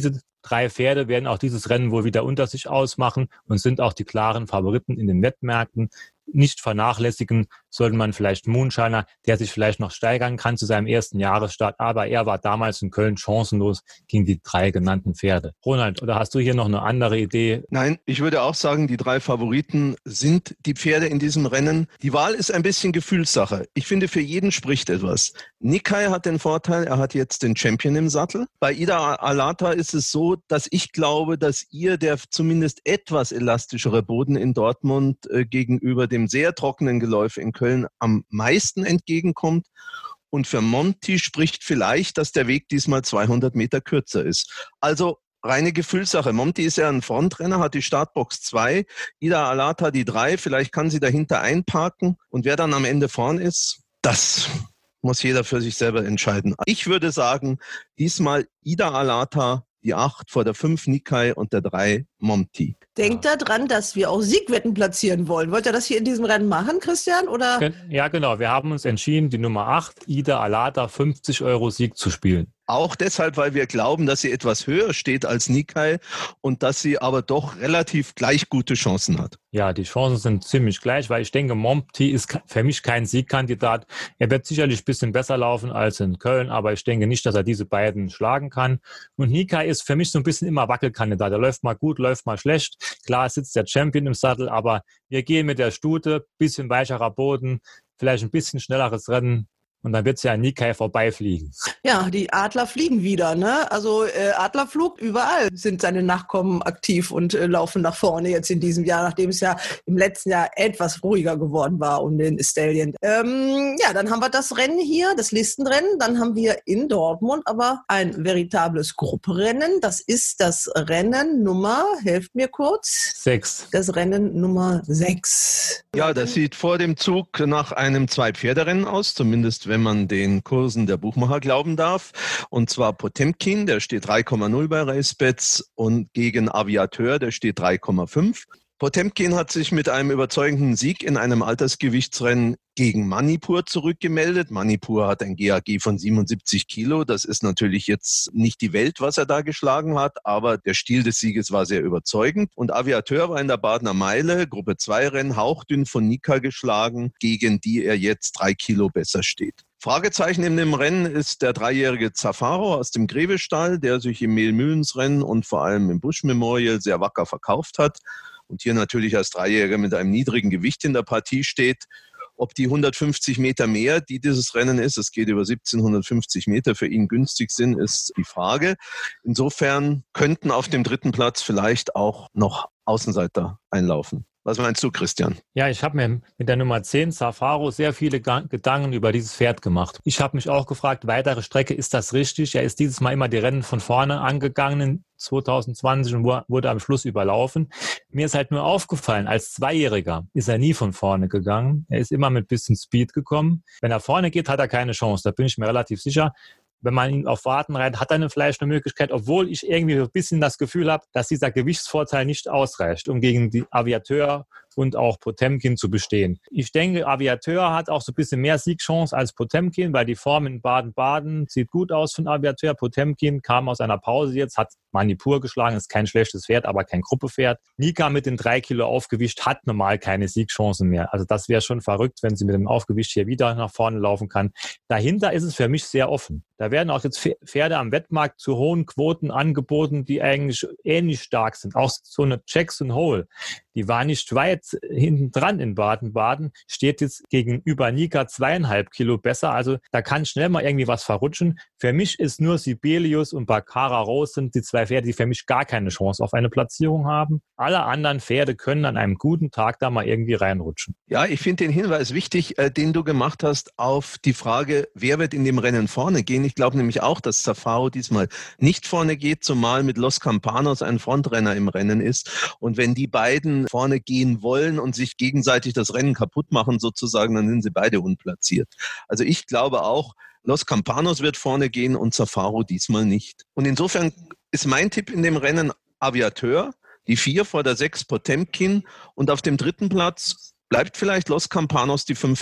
drei Pferde werden auch dieses Rennen wohl wieder unter sich ausmachen und sind auch die klaren Favoriten in den Wettmärkten. Nicht vernachlässigen sollte man vielleicht Moonshiner, der sich vielleicht noch steigern kann zu seinem ersten Jahresstart, aber er war damals in Köln chancenlos gegen die drei genannten Pferde. Ronald, oder hast du hier noch eine andere Idee? Nein, ich würde auch sagen, die drei Favoriten sind die Pferde in diesem Rennen. Die Wahl ist ein bisschen Gefühlssache. Ich finde, für jeden spricht etwas. Nikkei hat den Vorteil, er hat jetzt den Champion im Sattel. Bei Ida Alata ist es so, dass ich glaube, dass ihr der zumindest etwas elastischere Boden in Dortmund äh, gegenüber dem sehr trockenen Geläuf in Köln am meisten entgegenkommt. Und für Monty spricht vielleicht, dass der Weg diesmal zweihundert Meter kürzer ist. Also reine Gefühlssache. Monty ist ja ein Frontrenner, hat die Startbox zwei, Ida Alata die drei. Vielleicht kann sie dahinter einparken. Und wer dann am Ende vorn ist, das muss jeder für sich selber entscheiden. Ich würde sagen, diesmal Ida Alata die acht vor der fünf Nikkei und der drei Monty. Denkt da dran, dass wir auch Siegwetten platzieren wollen. Wollt ihr das hier in diesem Rennen machen, Christian? Oder? Ja, genau. Wir haben uns entschieden, die Nummer acht, Ida Alata, fünfzig Euro Sieg zu spielen. Auch deshalb, weil wir glauben, dass sie etwas höher steht als Nikkei und dass sie aber doch relativ gleich gute Chancen hat. Ja, die Chancen sind ziemlich gleich, weil ich denke, Monty ist für mich kein Siegkandidat. Er wird sicherlich ein bisschen besser laufen als in Köln, aber ich denke nicht, dass er diese beiden schlagen kann. Und Nikkei ist für mich so ein bisschen immer Wackelkandidat. Er läuft mal gut, läuft mal schlecht. Klar sitzt der Champion im Sattel, aber wir gehen mit der Stute, bisschen weicherer Boden, vielleicht ein bisschen schnelleres Rennen. Und dann wird es ja an Nikkei vorbeifliegen. Ja, die Adler fliegen wieder, ne? Also äh, Adlerflug, überall sind seine Nachkommen aktiv und äh, laufen nach vorne jetzt in diesem Jahr, nachdem es ja im letzten Jahr etwas ruhiger geworden war um den Stallion. Ähm, ja, dann haben wir das Rennen hier, das Listenrennen. Dann haben wir in Dortmund aber ein veritables Gruppenrennen. Das ist das Rennen Nummer, helft mir kurz. Sechs. Das Rennen Nummer sechs. Ja, das sieht vor dem Zug nach einem Zwei-Pferderennen aus, zumindest wenn man den Kursen der Buchmacher glauben darf. Und zwar Potemkin, der steht drei Komma null bei RaceBets und gegen Aviateur, der steht drei Komma fünf. Potemkin hat sich mit einem überzeugenden Sieg in einem Altersgewichtsrennen gegen Manipur zurückgemeldet. Manipur hat ein G A G von siebenundsiebzig Kilo. Das ist natürlich jetzt nicht die Welt, was er da geschlagen hat, aber der Stil des Sieges war sehr überzeugend. Und Aviateur war in der Badener Meile, Gruppe zwei Rennen, hauchdünn von Nika geschlagen, gegen die er jetzt drei Kilo besser steht. Fragezeichen in dem Rennen ist der dreijährige Zafaro aus dem Grevestall, der sich im Mehlmühlensrennen und vor allem im Busch Memorial sehr wacker verkauft hat und hier natürlich als Dreijähriger mit einem niedrigen Gewicht in der Partie steht. Ob die hundertfünfzig Meter mehr, die dieses Rennen ist, es geht über siebzehnhundertfünfzig Meter, für ihn günstig sind, ist die Frage. Insofern könnten auf dem dritten Platz vielleicht auch noch Außenseiter einlaufen. Was meinst du, Christian? Ja, ich habe mir mit der Nummer zehn, Zafaro, sehr viele Gedanken über dieses Pferd gemacht. Ich habe mich auch gefragt, weitere Strecke, ist das richtig? Er ist dieses Mal immer die Rennen von vorne angegangen, zwanzig zwanzig, und wurde am Schluss überlaufen. Mir ist halt nur aufgefallen, als Zweijähriger ist er nie von vorne gegangen. Er ist immer mit bisschen Speed gekommen. Wenn er vorne geht, hat er keine Chance, da bin ich mir relativ sicher. Wenn man ihn auf Warten reitet, hat er eine, vielleicht eine Möglichkeit, obwohl ich irgendwie ein bisschen das Gefühl habe, dass dieser Gewichtsvorteil nicht ausreicht, um gegen die Aviateur und auch Potemkin zu bestehen. Ich denke, Aviateur hat auch so ein bisschen mehr Siegchance als Potemkin, weil die Form in Baden-Baden sieht gut aus von Aviateur. Potemkin kam aus einer Pause jetzt, hat Manipur geschlagen, ist kein schlechtes Pferd, aber kein Gruppepferd. Nika mit den drei Kilo Aufgewicht hat normal keine Siegchancen mehr. Also das wäre schon verrückt, wenn sie mit dem Aufgewicht hier wieder nach vorne laufen kann. Dahinter ist es für mich sehr offen. Da werden auch jetzt Pferde am Wettmarkt zu hohen Quoten angeboten, die eigentlich ähnlich stark sind. Auch so eine Jackson Hole, die war nicht weit hinten dran in Baden-Baden, steht jetzt gegenüber Nika zweieinhalb Kilo besser. Also da kann schnell mal irgendwie was verrutschen. Für mich ist nur Sibelius und Baccara Rose sind die zwei Pferde, die für mich gar keine Chance auf eine Platzierung haben. Alle anderen Pferde können an einem guten Tag da mal irgendwie reinrutschen. Ja, ich finde den Hinweis wichtig, äh, den du gemacht hast auf die Frage, wer wird in dem Rennen vorne gehen. Ich glaube nämlich auch, dass Zafaro diesmal nicht vorne geht, zumal mit Los Campanos ein Frontrenner im Rennen ist. Und wenn die beiden vorne gehen wollen und sich gegenseitig das Rennen kaputt machen sozusagen, dann sind sie beide unplatziert. Also ich glaube auch, Los Campanos wird vorne gehen und Zafaro diesmal nicht. Und insofern ist mein Tipp in dem Rennen Aviateur, die vier vor der sechs Potemkin und auf dem dritten Platz bleibt vielleicht Los Campanos die fünf hängen.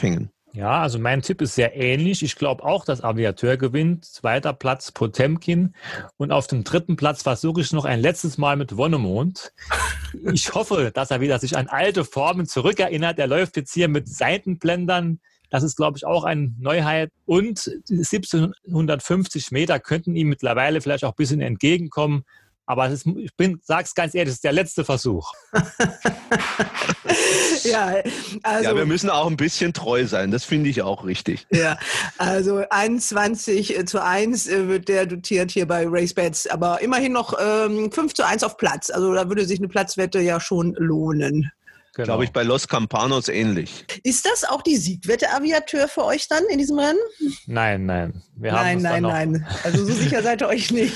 Ja, also mein Tipp ist sehr ähnlich. Ich glaube auch, dass Aviateur gewinnt. Zweiter Platz Potemkin. Und auf dem dritten Platz versuche ich noch ein letztes Mal mit Wonnemond. Ich hoffe, dass er wieder sich an alte Formen zurückerinnert. Er läuft jetzt hier mit Seitenblendern. Das ist, glaube ich, auch eine Neuheit. Und siebzehnhundertfünfzig Meter könnten ihm mittlerweile vielleicht auch ein bisschen entgegenkommen. Aber es ist, ich bin, sag's ganz ehrlich, das ist der letzte Versuch. ja, also, ja, wir müssen auch ein bisschen treu sein. Das finde ich auch richtig. Ja, also einundzwanzig zu eins wird der dotiert hier bei RaceBets. Aber immerhin noch ähm, fünf zu eins auf Platz. Also da würde sich eine Platzwette ja schon lohnen. Genau. Glaube ich bei Los Campanos ähnlich. Ist das auch die Siegwette Aviateur für euch dann in diesem Rennen? Nein, nein. Wir nein, haben nein, nein. Also so sicher seid ihr euch nicht.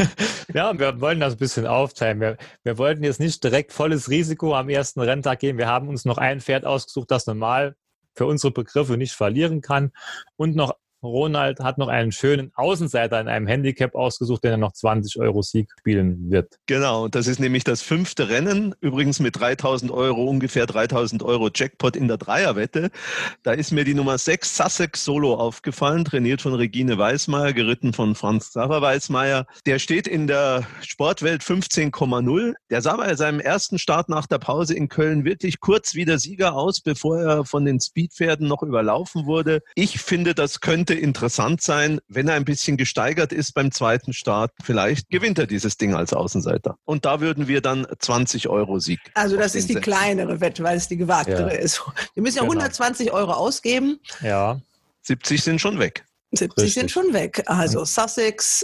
Ja, wir wollen das ein bisschen aufteilen. Wir, wir wollten jetzt nicht direkt volles Risiko am ersten Renntag gehen. Wir haben uns noch ein Pferd ausgesucht, das normal für unsere Begriffe nicht verlieren kann. Und noch Ronald hat noch einen schönen Außenseiter in einem Handicap ausgesucht, den er noch zwanzig Euro Sieg spielen wird. Genau, das ist nämlich das fünfte Rennen, übrigens mit dreitausend Euro, ungefähr dreitausend Euro Jackpot in der Dreierwette. Da ist mir die Nummer sechs, Sussex Solo, aufgefallen, trainiert von Regine Weißmeier, geritten von Franz Xaver Weißmeier. Der steht in der Sportwelt fünfzehn Komma null. Der sah bei seinem ersten Start nach der Pause in Köln wirklich kurz wie der Sieger aus, bevor er von den Speedpferden noch überlaufen wurde. Ich finde, das könnte interessant sein, wenn er ein bisschen gesteigert ist beim zweiten Start. Vielleicht gewinnt er dieses Ding als Außenseiter. Und da würden wir dann zwanzig Euro Sieg. Also das ist die setzen. kleinere Wette, weil es die gewagtere Ja. ist. Wir müssen ja Genau. hundertzwanzig Euro ausgeben. Ja. siebzig sind schon weg. siebzig Richtig. sind schon weg. Also Sussex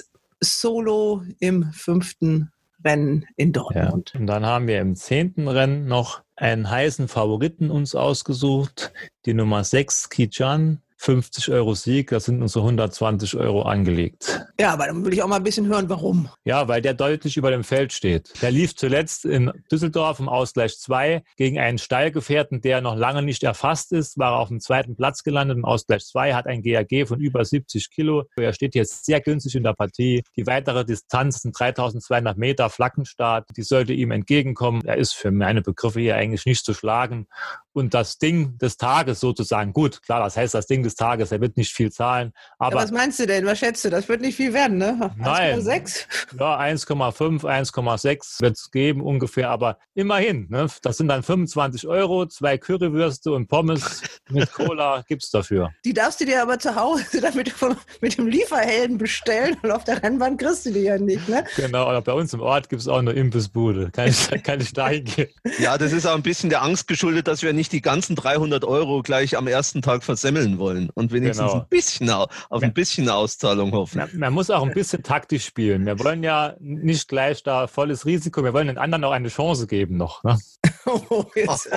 Solo im fünften Rennen in Ja. Dortmund. Und dann haben wir im zehnten Rennen noch einen heißen Favoriten uns ausgesucht. Die Nummer sechs, Kijan. fünfzig Euro Sieg, das sind unsere hundertzwanzig Euro angelegt. Ja, aber dann will ich auch mal ein bisschen hören, warum. Ja, weil der deutlich über dem Feld steht. Der lief zuletzt in Düsseldorf im Ausgleich zwei gegen einen Stallgefährten, der noch lange nicht erfasst ist, war er auf dem zweiten Platz gelandet im Ausgleich zwei, hat ein G A G von über siebzig Kilo. Er steht jetzt sehr günstig in der Partie. Die weitere Distanz sind dreitausendzweihundert Meter Flaggenstart. Die sollte ihm entgegenkommen. Er ist für meine Begriffe hier eigentlich nicht zu schlagen. Und das Ding des Tages sozusagen, gut, klar, das heißt das Ding des Tages, er wird nicht viel zahlen. Aber Ja, was meinst du denn? Was schätzt du? Das wird nicht viel werden, ne? Nein. eins Komma sechs? Ja, eins Komma fünf, eins Komma sechs wird es geben ungefähr, aber immerhin, ne? Das sind dann fünfundzwanzig Euro, zwei Currywürste und Pommes mit Cola gibt's dafür. Die darfst du dir aber zu Hause damit vom, mit dem Lieferhelden bestellen und auf der Rennbahn kriegst du die ja nicht, ne? Genau, oder bei uns im Ort gibt's auch eine Imbissbude. Kann ich, kann ich da hingehen? Ja, das ist auch ein bisschen der Angst geschuldet, dass wir nicht die ganzen dreihundert Euro gleich am ersten Tag versemmeln wollen und wenigstens Genau. ein bisschen au- auf ein bisschen Auszahlung hoffen. Man, man muss auch ein bisschen taktisch spielen. Wir wollen ja nicht gleich da volles Risiko, wir wollen den anderen auch eine Chance geben noch. Ne? Oh, jetzt.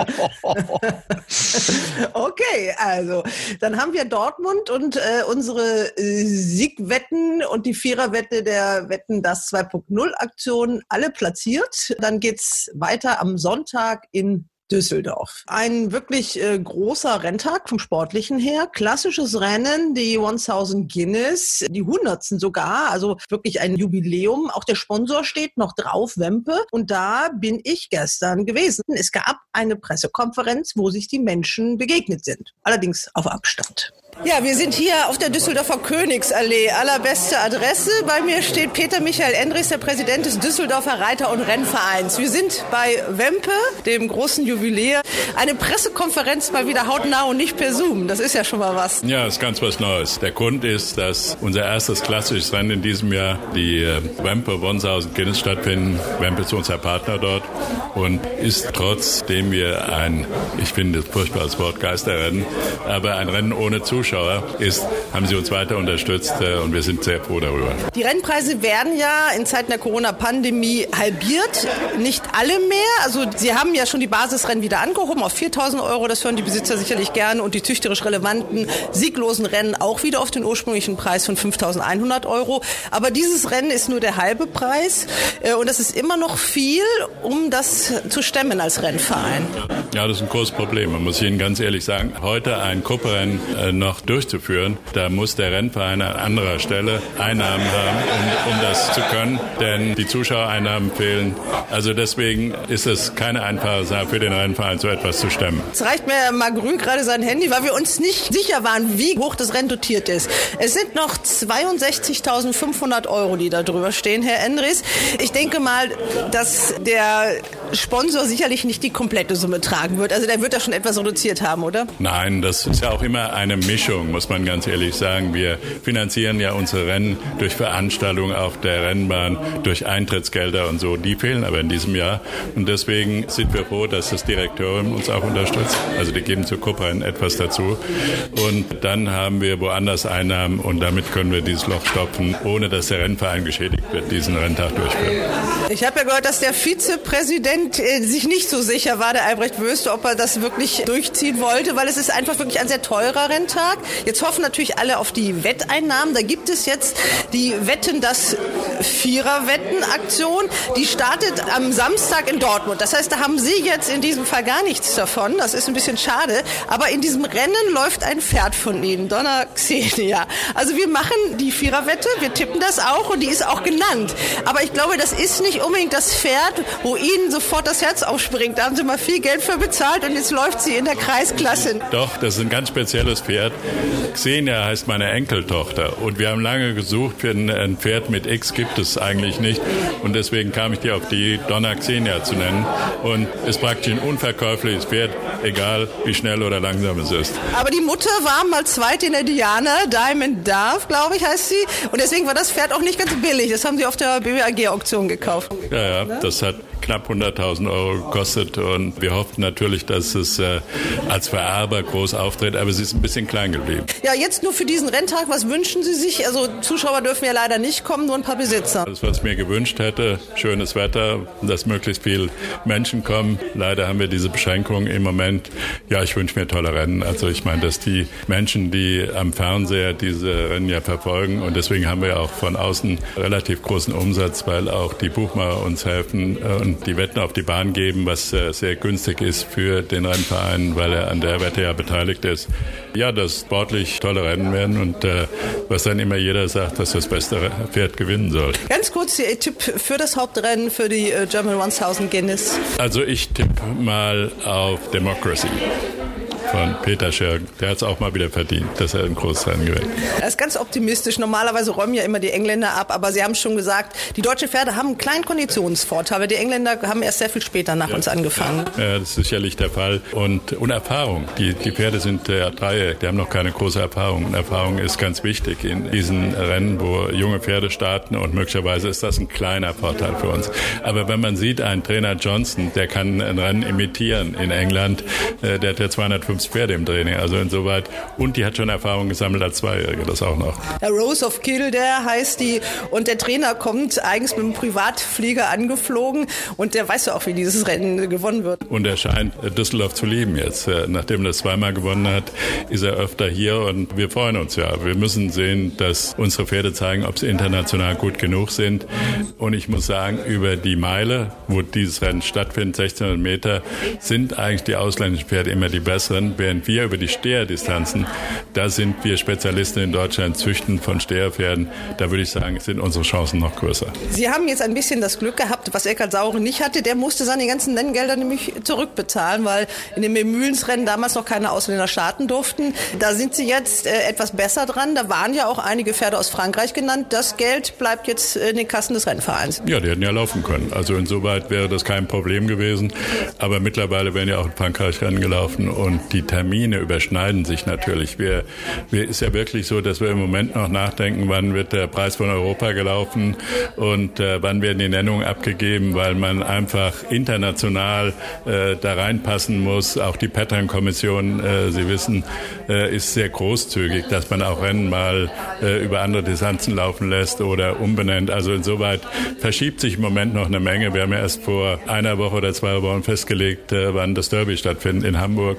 Okay, also dann haben wir Dortmund und äh, unsere äh, Siegwetten und die Viererwette der Wetten das zwei Punkt null Aktion alle platziert. Dann geht's weiter am Sonntag in Düsseldorf. Ein wirklich äh, großer Renntag vom Sportlichen her. Klassisches Rennen, die tausend Guinness, die hundertsten sogar, also wirklich ein Jubiläum. Auch der Sponsor steht noch drauf, Wempe. Und da bin ich gestern gewesen. Es gab eine Pressekonferenz, wo sich die Menschen begegnet sind. Allerdings auf Abstand. Ja, wir sind hier auf der Düsseldorfer Königsallee. Allerbeste Adresse. Bei mir steht Peter Michael Endres, der Präsident des Düsseldorfer Reiter- und Rennvereins. Wir sind bei Wempe, dem großen Jubiläum. Eine Pressekonferenz mal wieder hautnah und nicht per Zoom. Das ist ja schon mal was. Ja, ist ganz was Neues. Der Grund ist, dass unser erstes klassisches Rennen in diesem Jahr, die äh, Wempe tausend Guinness stattfinden. Wempe ist unser Partner dort und ist trotzdem wir ein, ich finde das furchtbares Wort, Geisterrennen, aber ein Rennen ohne Zuschauer ist, haben sie uns weiter unterstützt äh, und wir sind sehr froh darüber. Die Rennpreise werden ja in Zeiten der Corona-Pandemie halbiert. Nicht alle mehr. Also Sie haben ja schon die Basisrennen wieder angehoben auf viertausend Euro. Das hören die Besitzer sicherlich gerne. Und die züchterisch relevanten, sieglosen Rennen auch wieder auf den ursprünglichen Preis von fünftausendeinhundert Euro. Aber dieses Rennen ist nur der halbe Preis. Äh, Und das ist immer noch viel, um das zu stemmen als Rennverein. Ja, das ist ein großes Problem. Man muss Ihnen ganz ehrlich sagen, heute ein Grupperennen äh, noch auch durchzuführen, da muss der Rennverein an anderer Stelle Einnahmen haben, um, um das zu können, denn die Zuschauereinnahmen fehlen. Also deswegen ist es keine einfache Sache für den Rennverein, so etwas zu stemmen. Es reicht mir mal grün gerade sein Handy, weil wir uns nicht sicher waren, wie hoch das Rennen dotiert ist. Es sind noch zweiundsechzigtausendfünfhundert Euro, die da drüber stehen, Herr Endres. Ich denke mal, dass der Sponsor sicherlich nicht die komplette Summe tragen wird. Also der wird da schon etwas reduziert haben, oder? Nein, das ist ja auch immer eine Mischung, muss man ganz ehrlich sagen. Wir finanzieren ja unsere Rennen durch Veranstaltungen auf der Rennbahn, durch Eintrittsgelder und so. Die fehlen aber in diesem Jahr. Und deswegen sind wir froh, dass das Direktorium uns auch unterstützt. Also die geben zur Cuprennen etwas dazu. Und dann haben wir woanders Einnahmen und damit können wir dieses Loch stopfen, ohne dass der Rennverein geschädigt wird, diesen Renntag durchführen. Ich habe ja gehört, dass der Vizepräsident äh, sich nicht so sicher war, der Albrecht Wöste, ob er das wirklich durchziehen wollte, weil es ist einfach wirklich ein sehr teurer Renntag. Jetzt hoffen natürlich alle auf die Wetteinnahmen. Da gibt es jetzt die Wetten, das Vierer-Wetten-Aktion. Die startet am Samstag in Dortmund. Das heißt, da haben Sie jetzt in diesem Fall gar nichts davon. Das ist ein bisschen schade. Aber in diesem Rennen läuft ein Pferd von Ihnen, Donna Xenia. Also wir machen die Viererwette, wir tippen das auch und die ist auch genannt. Aber ich glaube, das ist nicht unbedingt das Pferd, wo Ihnen sofort das Herz aufspringt. Da haben Sie mal viel Geld für bezahlt und jetzt läuft sie in der Kreisklasse. Doch, das ist ein ganz spezielles Pferd. Xenia heißt meine Enkeltochter und wir haben lange gesucht für ein Pferd mit X, gibt es eigentlich nicht und deswegen kam ich dir auf die Donna Xenia zu nennen und es ist praktisch ein unverkäufliches Pferd, egal wie schnell oder langsam es ist. Aber die Mutter war mal zweit in der Diana, Diamond Dove, glaube ich, heißt sie und deswegen war das Pferd auch nicht ganz billig. Das haben sie auf der B W A G-Auktion gekauft. Ja, ja, das hat knapp hunderttausend Euro gekostet und wir hofften natürlich, dass es äh, als Vererber groß auftritt, aber sie ist ein bisschen klein geblieben. Ja, jetzt nur für diesen Renntag, was wünschen Sie sich? Also Zuschauer dürfen ja leider nicht kommen, nur ein paar Besitzer. Das, was ich mir gewünscht hätte, schönes Wetter, dass möglichst viele Menschen kommen. Leider haben wir diese Beschränkungen im Moment. Ja, ich wünsche mir tolle Rennen. Also ich meine, dass die Menschen, die am Fernseher diese Rennen ja verfolgen und deswegen haben wir auch von außen relativ großen Umsatz, weil auch die Buchmacher uns helfen und die Wetten auf die Bahn geben, was sehr günstig ist für den Rennverein, weil er an der Wette ja beteiligt ist. Ja, dass sportlich tolle Rennen werden und äh, was dann immer jeder sagt, dass das beste Pferd gewinnen soll. Ganz kurz Ihr Tipp für das Hauptrennen, für die äh, German tausend Guinness. Also ich tippe mal auf Democracy von Peter Schergen. Der hat es auch mal wieder verdient, dass er ein Großrennen gewinnt. Er ist ganz optimistisch. Normalerweise räumen ja immer die Engländer ab, aber Sie haben schon gesagt, die deutschen Pferde haben einen kleinen Konditionsvorteil, weil die Engländer haben erst sehr viel später nach ja, uns angefangen. Ja, das ist sicherlich der Fall. Und, und Erfahrung. Die, die Pferde sind der Dreieck, die haben noch keine große Erfahrung. Und Erfahrung ist ganz wichtig in diesen Rennen, wo junge Pferde starten und möglicherweise ist das ein kleiner Vorteil für uns. Aber wenn man sieht, ein Trainer Johnson, der kann ein Rennen imitieren in England, der hat ja zweihundertfünfzig Pferde im Training, also insoweit. Und die hat schon Erfahrung gesammelt als Zweijährige, das auch noch. Der Rose of Kildare heißt die und der Trainer kommt eigens mit einem Privatflieger angeflogen und der weiß ja auch, wie dieses Rennen gewonnen wird. Und er scheint Düsseldorf zu lieben jetzt. Nachdem er das zweimal gewonnen hat, ist er öfter hier und wir freuen uns ja. Wir müssen sehen, dass unsere Pferde zeigen, ob sie international gut genug sind. Und ich muss sagen, über die Meile, wo dieses Rennen stattfindet, sechzehnhundert Meter, sind eigentlich die ausländischen Pferde immer die besseren. Während wir über die Steherdistanzen, da sind wir Spezialisten in Deutschland, Züchten von Steherpferden. Da würde ich sagen, sind unsere Chancen noch größer. Sie haben jetzt ein bisschen das Glück gehabt, was Eckhard Sauren nicht hatte. Der musste seine ganzen Nenngelder nämlich zurückbezahlen, weil in den Mühlensrennen damals noch keine Ausländer starten durften. Da sind Sie jetzt äh, etwas besser dran. Da waren ja auch einige Pferde aus Frankreich genannt. Das Geld bleibt jetzt in den Kassen des Rennvereins. Ja, die hätten ja laufen können. Also insoweit wäre das kein Problem gewesen. Aber mittlerweile werden ja auch in Frankreich Rennen gelaufen und die Termine überschneiden sich natürlich. Wir, wir ist ja wirklich so, dass wir im Moment noch nachdenken, wann wird der Preis von Europa gelaufen und äh, wann werden die Nennungen abgegeben, weil man einfach international äh, da reinpassen muss. Auch die Pattern-Kommission, äh, Sie wissen, äh, ist sehr großzügig, dass man auch Rennen mal äh, über andere Distanzen laufen lässt oder umbenennt. Also insoweit verschiebt sich im Moment noch eine Menge. Wir haben ja erst vor einer Woche oder zwei Wochen festgelegt, äh, wann das Derby stattfindet in Hamburg. Und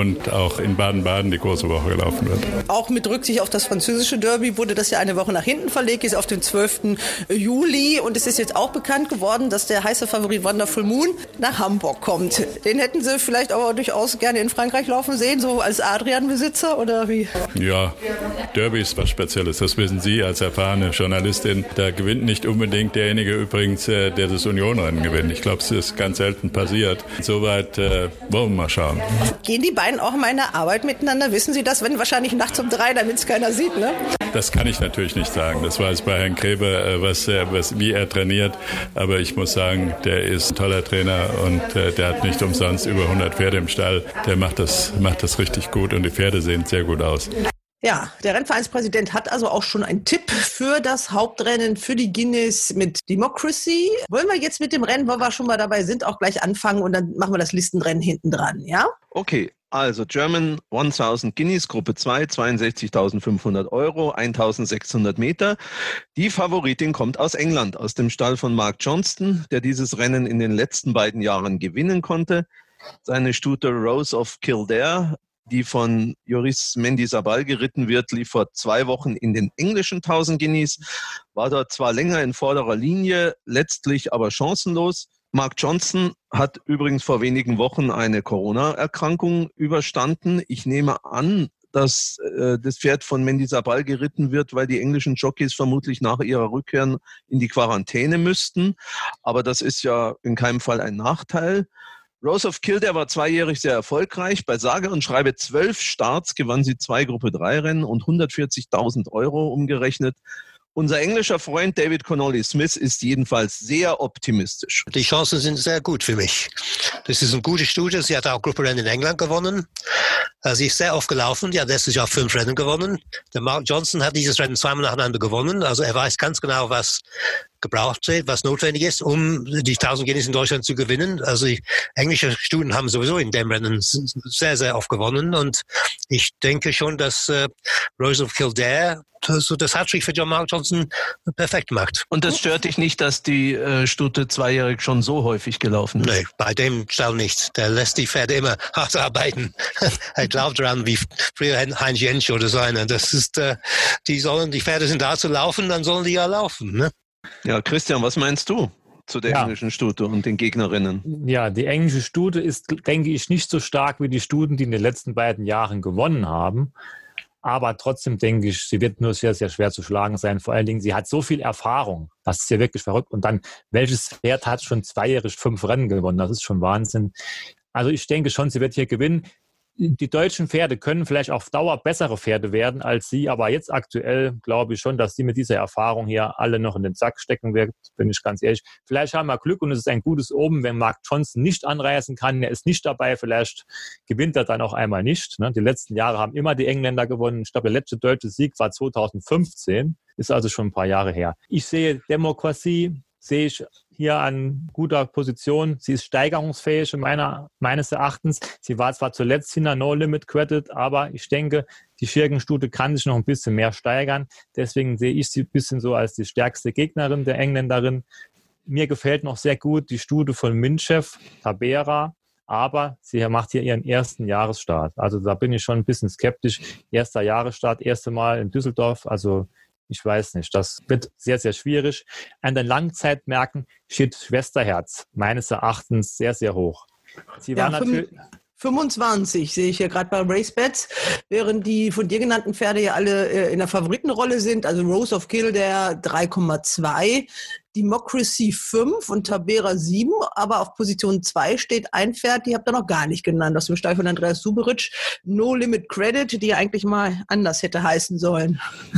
und auch in Baden-Baden die große Woche gelaufen wird. Auch mit Rücksicht auf das französische Derby wurde das ja eine Woche nach hinten verlegt, ist auf den zwölften Juli und es ist jetzt auch bekannt geworden, dass der heiße Favorit Wonderful Moon nach Hamburg kommt. Den hätten Sie vielleicht aber durchaus gerne in Frankreich laufen sehen, so als Adrian-Besitzer oder wie? Ja, Derby ist was Spezielles, das wissen Sie als erfahrene Journalistin. Da gewinnt nicht unbedingt derjenige übrigens, der das Union-Rennen gewinnt. Ich glaube, es ist ganz selten passiert. Insoweit äh, wollen wir mal schauen. Gehen die beiden auch mal in der Arbeit miteinander? Wissen Sie das, wenn wahrscheinlich nachts um drei, damit es keiner sieht, ne? Das kann ich natürlich nicht sagen. Das weiß bei Herrn Grebe, was, was, wie er trainiert. Aber ich muss sagen, der ist ein toller Trainer und äh, der hat nicht umsonst über hundert Pferde im Stall. Der macht das, macht das richtig gut und die Pferde sehen sehr gut aus. Ja, der Rennvereinspräsident hat also auch schon einen Tipp für das Hauptrennen für die Guineas mit Democracy. Wollen wir jetzt mit dem Rennen, wo wir schon mal dabei sind, auch gleich anfangen und dann machen wir das Listenrennen hinten dran, ja? Okay. Also German tausend Guineas, Gruppe zwei, zweiundsechzigtausendfünfhundert Euro, eintausendsechshundert Meter. Die Favoritin kommt aus England, aus dem Stall von Mark Johnston, der dieses Rennen in den letzten beiden Jahren gewinnen konnte. Seine Stute Rose of Kildare, die von Joris Mendizabal geritten wird, lief vor zwei Wochen in den englischen tausend Guineas, war dort zwar länger in vorderer Linie, letztlich aber chancenlos. Mark Johnston hat übrigens vor wenigen Wochen eine Corona-Erkrankung überstanden. Ich nehme an, dass äh, das Pferd von Mendizabal geritten wird, weil die englischen Jockeys vermutlich nach ihrer Rückkehr in die Quarantäne müssten. Aber das ist ja in keinem Fall ein Nachteil. Rose of Kildare war zweijährig sehr erfolgreich. Bei sage und schreibe zwölf Starts gewann sie zwei Gruppe drei Rennen und hundertvierzigtausend Euro umgerechnet. Unser englischer Freund David Connolly Smith ist jedenfalls sehr optimistisch. Die Chancen sind sehr gut für mich. Das ist eine gute Studie. Sie hat auch Grupperennen in England gewonnen. Sie ist sehr oft gelaufen. Die hat letztes Jahr fünf Rennen gewonnen. Der Mark Johnston hat dieses Rennen zweimal nacheinander gewonnen. Also er weiß ganz genau, was gebraucht wird, was notwendig ist, um die tausend Guineas in Deutschland zu gewinnen. Also die englischen Studien haben sowieso in dem Rennen sehr, sehr oft gewonnen. Und ich denke schon, dass äh, Rose of Kildare so das Hattrick für John Mark Johnston perfekt macht. Und das stört dich nicht, dass die äh, Stute zweijährig schon so häufig gelaufen ist? Nee, bei dem Stall nicht. Der lässt die Pferde immer hart arbeiten. Er glaubt daran, wie früher Heinz Jentsch oder so einer. Das ist, äh, die sollen, die Pferde sind da zu laufen, dann sollen die ja laufen, ne? Ja, Christian, was meinst du zu der ja. englischen Stute und den Gegnerinnen? Ja, die englische Stute ist, denke ich, nicht so stark wie die Stuten, die in den letzten beiden Jahren gewonnen haben. Aber trotzdem denke ich, sie wird nur sehr, sehr schwer zu schlagen sein. Vor allen Dingen, sie hat so viel Erfahrung. Das ist ja wirklich verrückt. Und dann, welches Pferd hat schon zweijährig fünf Rennen gewonnen? Das ist schon Wahnsinn. Also ich denke schon, sie wird hier gewinnen. Die deutschen Pferde können vielleicht auf Dauer bessere Pferde werden als sie, aber jetzt aktuell glaube ich schon, dass sie mit dieser Erfahrung hier alle noch in den Sack stecken wird, bin ich ganz ehrlich. Vielleicht haben wir Glück und es ist ein gutes Omen, wenn Mark Johnston nicht anreisen kann, er ist nicht dabei, vielleicht gewinnt er dann auch einmal nicht. Die letzten Jahre haben immer die Engländer gewonnen. Ich glaube, der letzte deutsche Sieg war zweitausendfünfzehn, ist also schon ein paar Jahre her. Ich sehe Democracy, sehe ich hier an guter Position. Sie ist steigerungsfähig meiner, meines Erachtens. Sie war zwar zuletzt hinter No Limit Credit, aber ich denke, die Schirgenstute kann sich noch ein bisschen mehr steigern. Deswegen sehe ich sie ein bisschen so als die stärkste Gegnerin der Engländerin. Mir gefällt noch sehr gut die Stute von Minchev, Tabera, aber sie macht hier ihren ersten Jahresstart. Also da bin ich schon ein bisschen skeptisch. Erster Jahresstart, erste Mal in Düsseldorf, also ich weiß nicht, das wird sehr, sehr schwierig. An den Langzeitmärkten steht Schwesterherz meines Erachtens sehr, sehr hoch. Sie war ja, natürlich fünfundzwanzig sehe ich hier gerade bei RaceBets, während die von dir genannten Pferde ja alle äh, in der Favoritenrolle sind. Also Rose of Kildare drei Komma zwei, Democracy fünf und Tabera sieben. Aber auf Position zwei steht ein Pferd, die habt ihr noch gar nicht genannt, aus dem Stall von Andreas Suberic, No Limit Credit, die ja eigentlich mal anders hätte heißen sollen.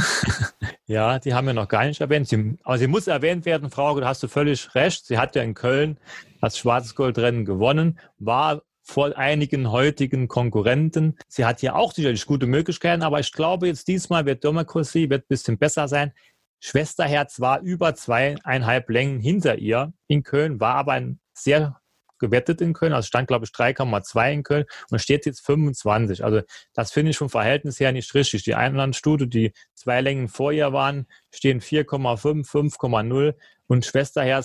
Ja, die haben wir noch gar nicht erwähnt. Sie, aber sie muss erwähnt werden, Frau, da hast du völlig recht. Sie hat ja in Köln das Schwarzgoldrennen gewonnen, war vor einigen heutigen Konkurrenten. Sie hat hier auch sicherlich gute Möglichkeiten, aber ich glaube, jetzt diesmal wird Democracy wird ein bisschen besser sein. Schwesterherz war über zweieinhalb Längen hinter ihr in Köln, war aber ein sehr gewettet in Köln, also stand, glaube ich, drei Komma zwei in Köln und steht jetzt fünfundzwanzig. Also das finde ich vom Verhältnis her nicht richtig. Die Einlandstute, die zwei Längen vor ihr waren, stehen vier Komma fünf, fünf Komma null und Schwesterherz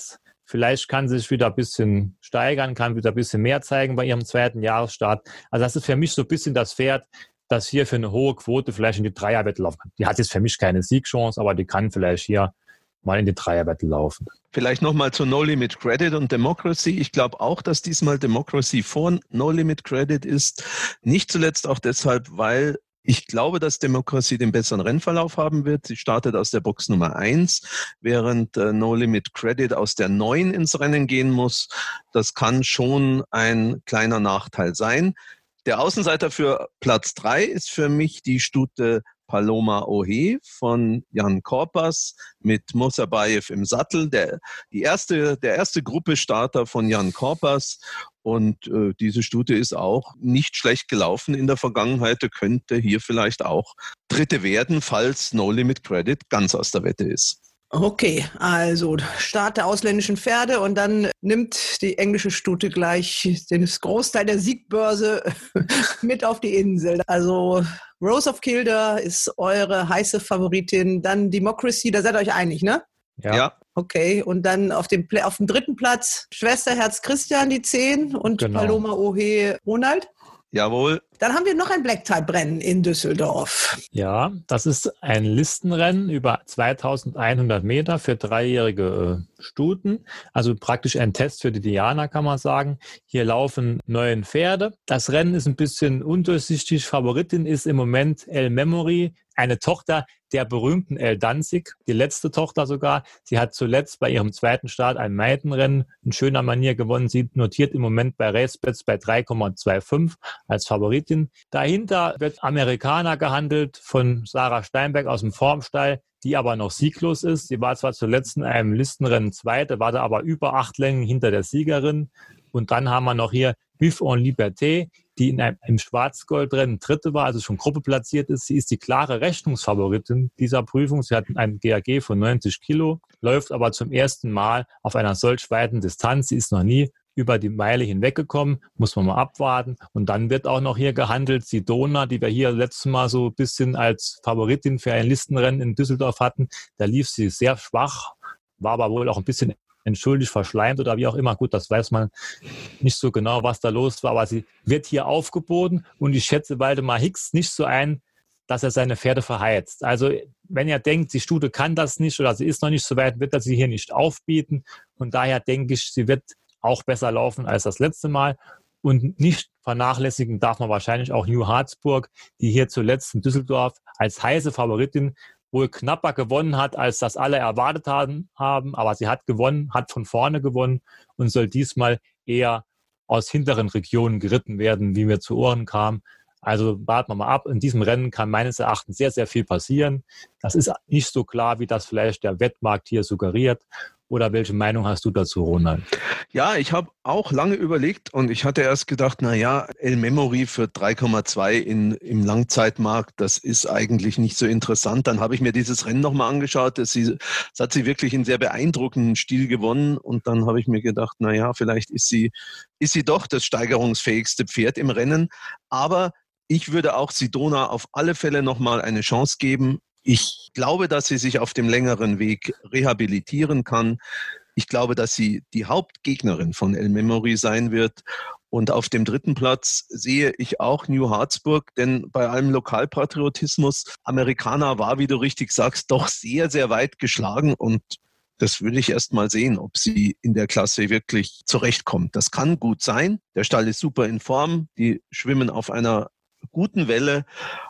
Vielleicht kann sie sich wieder ein bisschen steigern, kann wieder ein bisschen mehr zeigen bei ihrem zweiten Jahresstart. Also das ist für mich so ein bisschen das Pferd, das hier für eine hohe Quote vielleicht in die Dreierwette laufen kann. Die hat jetzt für mich keine Siegchance, aber die kann vielleicht hier mal in die Dreierwette laufen. Vielleicht nochmal zu No Limit Credit und Democracy. Ich glaube auch, dass diesmal Democracy vor No Limit Credit ist. Nicht zuletzt auch deshalb, weil ich glaube, dass Democracy den besseren Rennverlauf haben wird. Sie startet aus der Box Nummer eins, während äh, No Limit Credit aus der neun ins Rennen gehen muss. Das kann schon ein kleiner Nachteil sein. Der Außenseiter für Platz drei ist für mich die Stute Paloma Ohe von Jan Korpas mit Musabayev im Sattel. Der, die erste, der erste Gruppestarter von Jan Korpas. Und äh, diese Stute ist auch nicht schlecht gelaufen in der Vergangenheit. Könnte hier vielleicht auch Dritte werden, falls No Limit Credit ganz aus der Wette ist. Okay, also Start der ausländischen Pferde und dann nimmt die englische Stute gleich den Großteil der Siegbörse mit auf die Insel. Also Rose of Kildare ist eure heiße Favoritin, dann Democracy, da seid ihr euch einig, ne? Ja. ja. Okay, und dann auf dem, auf dem dritten Platz Schwesterherz Christian, die zehn und genau. Paloma Ohe Ronald. Jawohl. Dann haben wir noch ein Black-Type-Rennen in Düsseldorf. Ja, das ist ein Listenrennen über zweitausendeinhundert Meter für dreijährige äh, Stuten. Also praktisch ein Test für die Diana, kann man sagen. Hier laufen neun Pferde. Das Rennen ist ein bisschen undurchsichtig. Favoritin ist im Moment El Memory, eine Tochter der berühmten El Danzig, die letzte Tochter sogar. Sie hat zuletzt bei ihrem zweiten Start ein Meitenrennen in schöner Manier gewonnen. Sie notiert im Moment bei RaceBets bei drei Komma fünfundzwanzig als Favoritin. Dahinter wird Amerikaner gehandelt von Sarah Steinberg aus dem Formstall, die aber noch sieglos ist. Sie war zwar zuletzt in einem Listenrennen Zweite, war da aber über acht Längen hinter der Siegerin. Und dann haben wir noch hier Vif en Liberté, die in einem im Schwarzgoldrennen Dritte war, also schon Gruppe platziert ist. Sie ist die klare Rechnungsfavoritin dieser Prüfung. Sie hat einen G A G von neunzig Kilo, läuft aber zum ersten Mal auf einer solch weiten Distanz. Sie ist noch nie über die Meile hinweggekommen, muss man mal abwarten. Und dann wird auch noch hier gehandelt, Sidona, die wir hier letztes Mal so ein bisschen als Favoritin für ein Listenrennen in Düsseldorf hatten. Da lief sie sehr schwach, war aber wohl auch ein bisschen entschuldigt, verschleimt oder wie auch immer. Gut, das weiß man nicht so genau, was da los war, aber sie wird hier aufgeboten und ich schätze Waldemar Hicks nicht so ein, dass er seine Pferde verheizt. Also wenn er denkt, die Stute kann das nicht oder sie ist noch nicht so weit, wird er sie hier nicht aufbieten und daher denke ich, sie wird auch besser laufen als das letzte Mal. Und nicht vernachlässigen darf man wahrscheinlich auch New Harzburg, die hier zuletzt in Düsseldorf als heiße Favoritin wohl knapper gewonnen hat, als das alle erwartet haben, aber sie hat gewonnen, hat von vorne gewonnen und soll diesmal eher aus hinteren Regionen geritten werden, wie mir zu Ohren kam. Also warten wir mal ab. In diesem Rennen kann meines Erachtens sehr, sehr viel passieren. Das ist nicht so klar, wie das vielleicht der Wettmarkt hier suggeriert. Oder welche Meinung hast du dazu, Ronald? Ja, ich habe auch lange überlegt und ich hatte erst gedacht, na ja, El Memory für drei Komma zwei in, im Langzeitmarkt, das ist eigentlich nicht so interessant. Dann habe ich mir dieses Rennen nochmal angeschaut. Das, sie, das hat sie wirklich in sehr beeindruckenden Stil gewonnen und dann habe ich mir gedacht, na ja, vielleicht ist sie, ist sie doch das steigerungsfähigste Pferd im Rennen. Aber ich würde auch Sidona auf alle Fälle nochmal eine Chance geben. Ich glaube, dass sie sich auf dem längeren Weg rehabilitieren kann. Ich glaube, dass sie die Hauptgegnerin von El Memory sein wird. Und auf dem dritten Platz sehe ich auch New Harzburg, denn bei allem Lokalpatriotismus, Amerikaner war, wie du richtig sagst, doch sehr, sehr weit geschlagen. Und das würde ich erst mal sehen, ob sie in der Klasse wirklich zurechtkommt. Das kann gut sein. Der Stall ist super in Form. Die schwimmen auf einer guten Welle.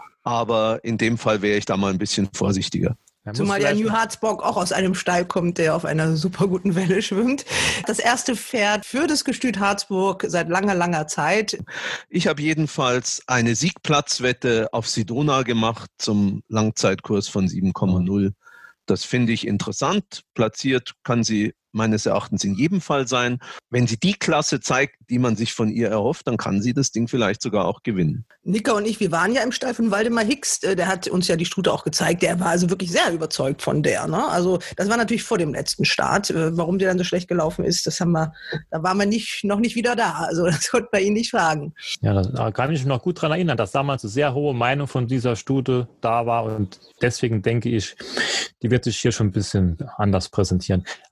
Aber in dem Fall wäre ich da mal ein bisschen vorsichtiger. Zumal ja New Harzburg auch aus einem Stall kommt, der auf einer super guten Welle schwimmt. Das erste Pferd für das Gestüt Harzburg seit langer, langer Zeit. Ich habe jedenfalls eine Siegplatzwette auf Sidona gemacht zum Langzeitkurs von sieben Komma null. Das finde ich interessant. Platziert kann sie meines Erachtens in jedem Fall sein. Wenn sie die Klasse zeigt, die man sich von ihr erhofft, dann kann sie das Ding vielleicht sogar auch gewinnen. Nika und ich, wir waren ja im Stall von Waldemar Hicks. Der hat uns ja die Stute auch gezeigt. Der war also wirklich sehr überzeugt von der. Ne? Also das war natürlich vor dem letzten Start. Warum der dann so schlecht gelaufen ist, das haben wir, da waren wir nicht, noch nicht wieder da. Also das konnte man ihn nicht fragen. Ja, da kann ich mich noch gut daran erinnern, dass damals eine sehr hohe Meinung von dieser Stute da war. Und deswegen denke ich, die wird sich hier schon ein bisschen anders präsentieren. Ein Pferd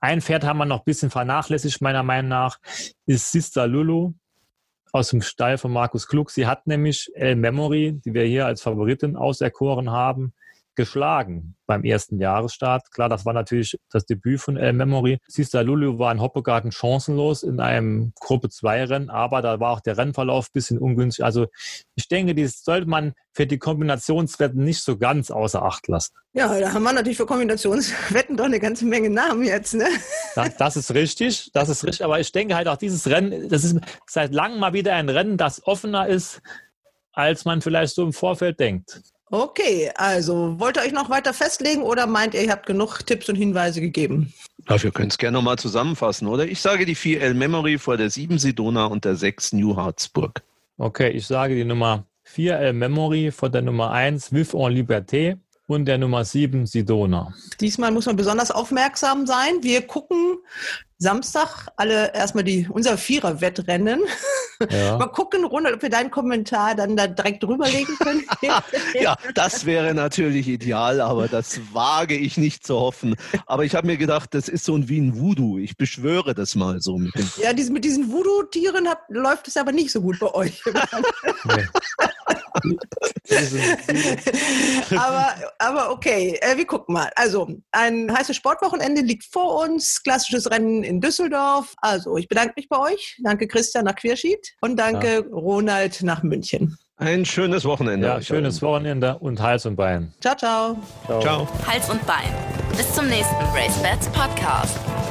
haben wir noch ein bisschen vernachlässigt, meiner Meinung nach, ist Sister Lulu aus dem Stall von Markus Klug. Sie hat nämlich El Memory, die wir hier als Favoritin auserkoren haben, geschlagen beim ersten Jahresstart. Klar, das war natürlich das Debüt von El Memory. Sister Lulu war in Hoppegarten chancenlos in einem Gruppe zwei Rennen, aber da war auch der Rennverlauf ein bisschen ungünstig. Also ich denke, das sollte man für die Kombinationswetten nicht so ganz außer Acht lassen. Ja, da haben wir natürlich für Kombinationswetten doch eine ganze Menge Namen jetzt, ne? Das, das ist richtig, das ist richtig. Aber ich denke halt auch dieses Rennen, das ist seit langem mal wieder ein Rennen, das offener ist, als man vielleicht so im Vorfeld denkt. Okay, also wollt ihr euch noch weiter festlegen oder meint ihr, ihr habt genug Tipps und Hinweise gegeben? Ja, wir können es gerne nochmal zusammenfassen, oder? Ich sage die vier El Memory vor der sieben Sidona und der sechs New Harzburg. Okay, ich sage die Nummer vier El Memory vor der Nummer eins Vive en Liberté und der Nummer sieben Sidona. Diesmal muss man besonders aufmerksam sein. Wir gucken Samstag alle erstmal die unser Vierer-Wettrennen. Ja. Mal gucken, Ronald, ob wir deinen Kommentar dann da direkt drüberlegen können. Ja, das wäre natürlich ideal, aber das wage ich nicht zu hoffen. Aber ich habe mir gedacht, das ist so wie ein Voodoo. Ich beschwöre das mal so mit dem. Ja, diese, mit diesen Voodoo-Tieren hat, läuft es aber nicht so gut bei euch. Nee. aber, aber okay, äh, wir gucken mal. Also, ein heißes Sportwochenende liegt vor uns, klassisches Rennen in Düsseldorf. Also, ich bedanke mich bei euch. Danke Christian nach Querschied und danke ja. Ronald nach München. Ein schönes Wochenende. Ja, schönes Wochenende und Hals und Bein. Ciao, ciao. Ciao. Ciao. Hals und Bein. Bis zum nächsten Race Bets Podcast.